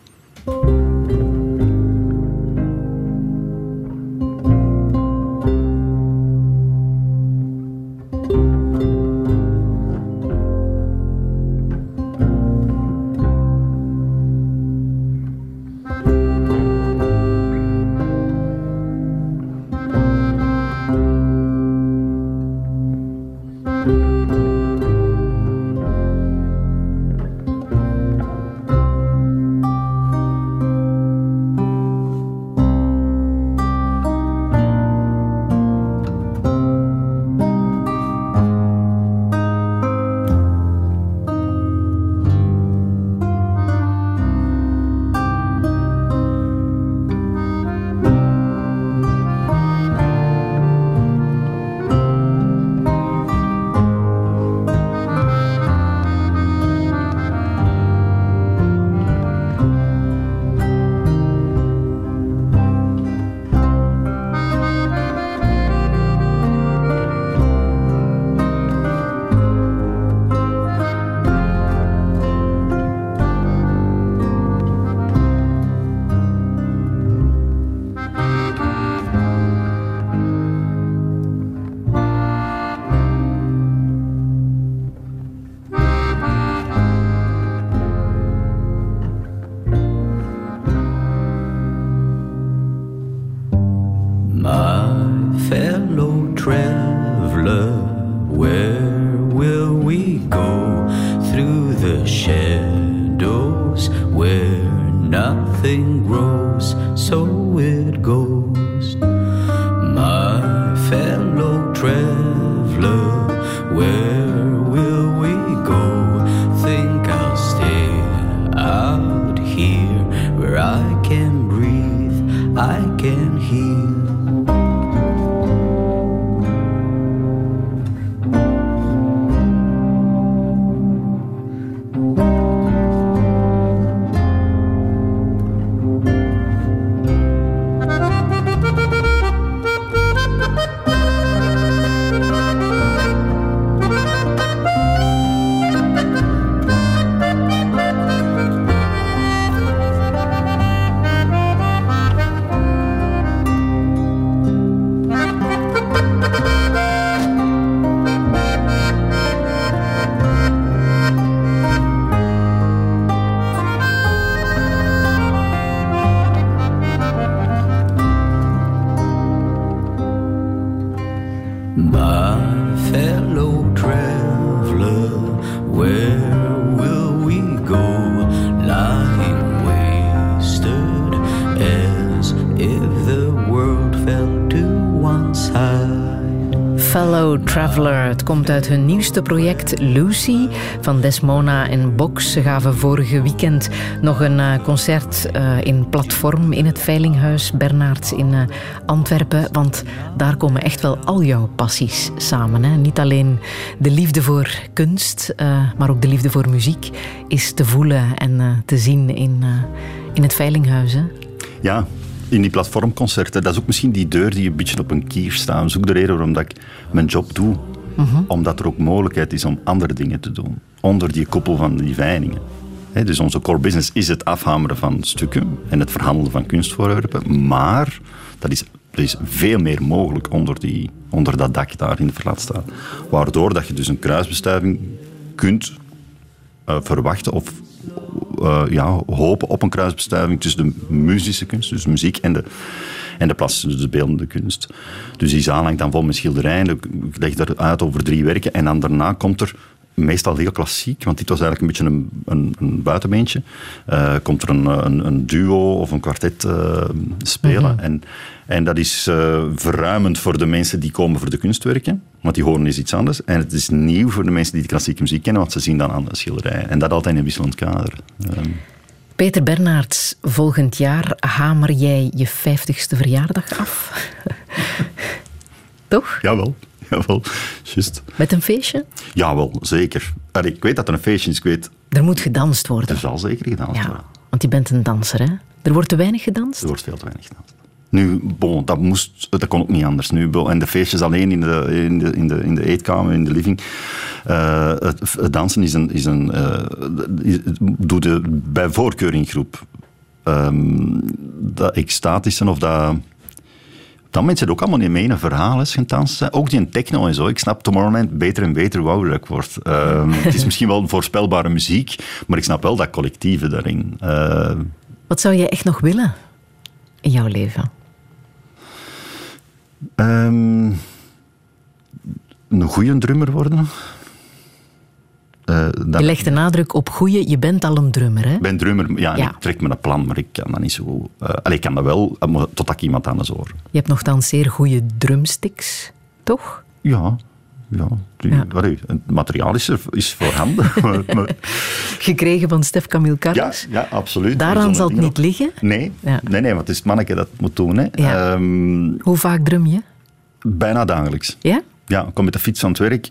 Traveler. Het komt uit hun nieuwste project Lucy van Desmona en Box. Ze gaven vorige weekend nog een concert in Platform in het Veilinghuis Bernards in Antwerpen. Want daar komen echt wel al jouw passies samen. Hè? Niet alleen de liefde voor kunst, maar ook de liefde voor muziek is te voelen en te zien in het Veilinghuis. Hè? Ja. In die platformconcerten, dat is ook misschien die deur die een beetje op een kier staat. Dat is ook de reden waarom dat ik mijn job doe. Omdat er ook mogelijkheid is om andere dingen te doen. Onder die koepel van die veiningen. Dus onze core business is het afhameren van stukken en het verhandelen van kunstvoorwerpen. Maar er is veel meer mogelijk onder dat dak daar in de Verlaatstraat. Waardoor dat je dus een kruisbestuiving kunt verwachten of hopen op een kruisbestuiving tussen de muzische kunst, dus muziek, en de plastische, dus de beeldende kunst. Dus die zaal hangt dan vol met schilderijen. Ik leg eruit over 3 werken. En dan daarna komt er, meestal heel klassiek, want dit was eigenlijk een beetje een buitenbeentje, komt er een duo of een kwartet spelen. Mm-hmm. En dat is verruimend voor de mensen die komen voor de kunstwerken, want die horen eens iets anders. En het is nieuw voor de mensen die de klassieke muziek kennen, want ze zien dan aan de schilderijen. En dat altijd in een wisselend kader. Peter Bernards, volgend jaar hamer jij je 50ste verjaardag af. Toch? Jawel, juist. Met een feestje? Jawel, zeker. Ik weet dat er een feestje is, Er moet gedanst worden. Er zal zeker gedanst worden. Want je bent een danser, hè? Er wordt te weinig gedanst? Er wordt veel te weinig gedanst. Nu, dat kon ook niet anders. Nu, en de feestjes alleen in de eetkamer, in de living. Het dansen doe bij voorkeur in groep. Dat extatische of dat... Dan mensen ook allemaal niet mee in een verhaal als je dansen zijn. Ook die in techno en zo. Ik snap Tomorrowland beter en beter hoe ouder ik word. Het is misschien wel voorspelbare muziek, maar ik snap wel dat collectieve daarin. Wat zou je echt nog willen in jouw leven? Een goede drummer worden. Je legt de nadruk op goeie, je bent al een drummer, hè? Ik ben drummer, ja. Ik trek me dat plan, maar ik kan dat niet zo... ik kan dat wel, totdat ik iemand anders hoor. Je hebt nogthans zeer goede drumsticks, toch? Ja. Het materiaal is voorhanden. Gekregen van Stef Camille Carles? Ja, absoluut. Daaraan zal het niet liggen? Nee, want het is het manneke dat het moet doen. Hè. Ja. Hoe vaak drum je? Bijna dagelijks. Ja? Ja, ik kom met de fiets aan het werk.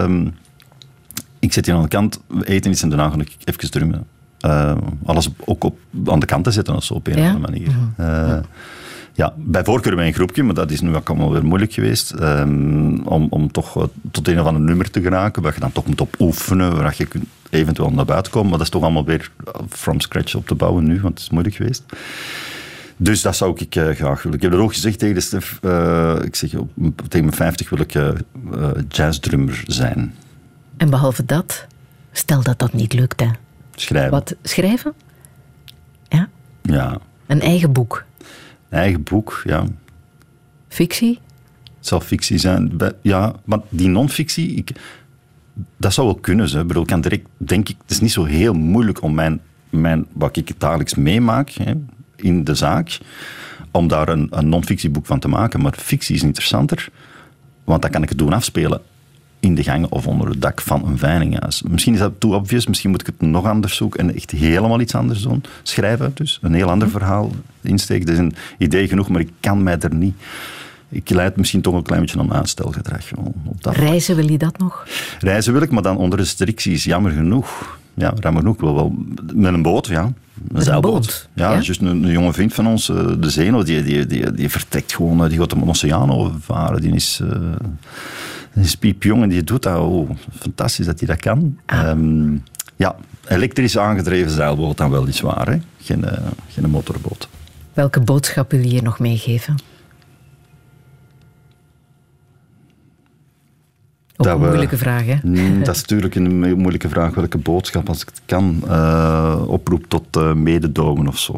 Ik zit hier aan de kant, eten iets en daarna ga ik even drummen. Alles ook aan de kant te zetten of zo, op een of andere manier. Mm-hmm. Bij voorkeur bij een groepje, maar dat is nu ook allemaal weer moeilijk geweest. Om toch tot een of ander nummer te geraken, waar je dan toch moet op oefenen, waar je kunt eventueel naar buiten komen. Maar dat is toch allemaal weer from scratch op te bouwen nu, want het is moeilijk geweest. Dus dat zou ik graag willen. Ik heb er ook gezegd tegen de Stef, ik zeg, tegen mijn 50 wil ik jazzdrummer zijn. En behalve dat, stel dat dat niet lukt, hè? Schrijven. Wat, schrijven? Ja? Ja. Een eigen boek? Een eigen boek, ja. Fictie? Het zal fictie zijn. Ja, maar die non-fictie, dat zou wel kunnen. Hè. Ik kan direct, denk ik, het is niet zo heel moeilijk om wat ik dagelijks meemaak in de zaak, om daar een non-fictieboek van te maken. Maar fictie is interessanter, want dan kan ik het doen afspelen in de gangen of onder het dak van een veilinghuis. Misschien is dat too obvious, misschien moet ik het nog anders zoeken en echt helemaal iets anders doen. Schrijven dus, een heel ander verhaal insteken. Dat is een idee genoeg, maar ik kan mij er niet... Ik leid misschien toch een klein beetje aan uitstelgedrag. Reizen, wil je dat nog? Reizen wil ik, maar dan onder restricties, jammer genoeg. Ja, jammer genoeg wel. Met een boot, ja. Een zeilboot. Ja, juist een jonge vriend van ons, de Zeno, die vertrekt gewoon, die gaat de oceaan overvaren. Die is piepjong en die doet dat. Oh, fantastisch dat hij dat kan. Elektrisch aangedreven zeilboot dan wel iets waar, hè? Geen motorboot. Welke boodschap wil je hier nog meegeven? Ook een moeilijke vraag, hè? Dat is natuurlijk een moeilijke vraag. Welke boodschap, als ik het kan, oproep tot mededogen of zo.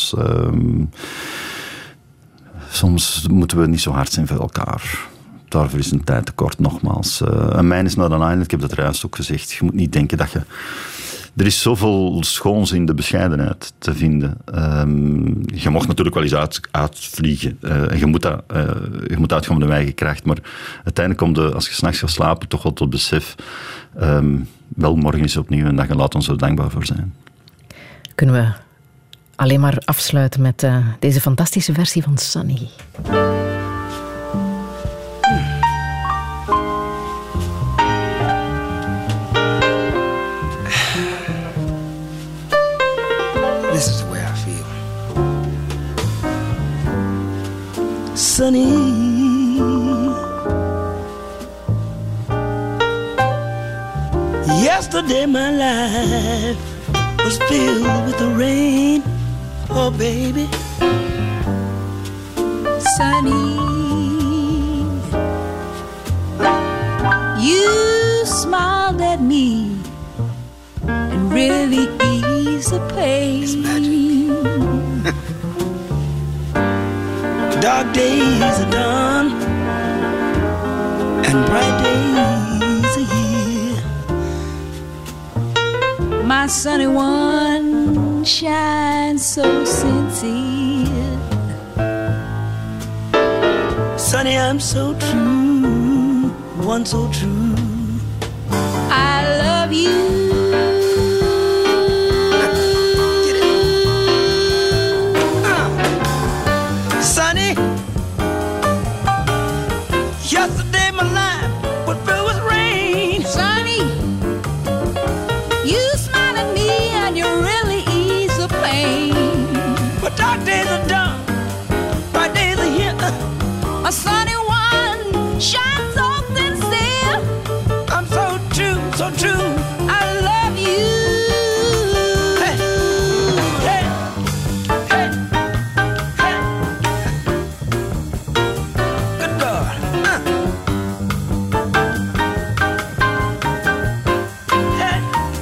Soms moeten we niet zo hard zijn voor elkaar. Daarvoor is een tijd tekort, nogmaals. En mijn is not an island, ik heb dat juist ook gezegd. Je moet niet denken dat je... Er is zoveel schoons in de bescheidenheid te vinden. Je mag natuurlijk wel eens uitvliegen. En je moet uitgaan met de eigen kracht. Maar uiteindelijk komt als je 's nachts gaat slapen, toch wel tot besef. Wel, morgen is opnieuw een dag en laat ons er dankbaar voor zijn. Kunnen we alleen maar afsluiten met deze fantastische versie van Sunny. This is the way I feel. Sunny, yesterday my life was filled with the rain. Oh baby, Sunny, you smiled at me and really eased the pain. pain. It's magic. Dark days are done and bright days are here. My sunny one shines so sincere. Sonny, I'm so true, one so true. I love you. Sonny, yesterday my life was filled with rain. Sonny, you smile at me and you really ease the pain. But dark days are done, bright days are here. A sunny one shines so sincere. I'm so true, so true. I love you. Hey, hey, hey, hey. Good God. Hey.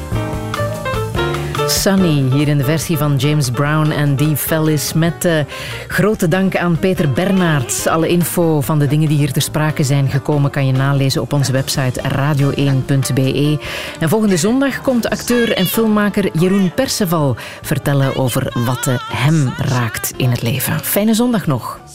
Sunny, hier in de versie van James Brown en Dee Fellis. Met grote dank aan Peter Bernhard. Alle info van de dingen die hier ter sprake zijn gekomen kan je nalezen op onze website radio1.be. En volgende zondag komt acteur en filmmaker Jeroen Perceval vertellen over wat hem raakt in het leven. Fijne zondag nog.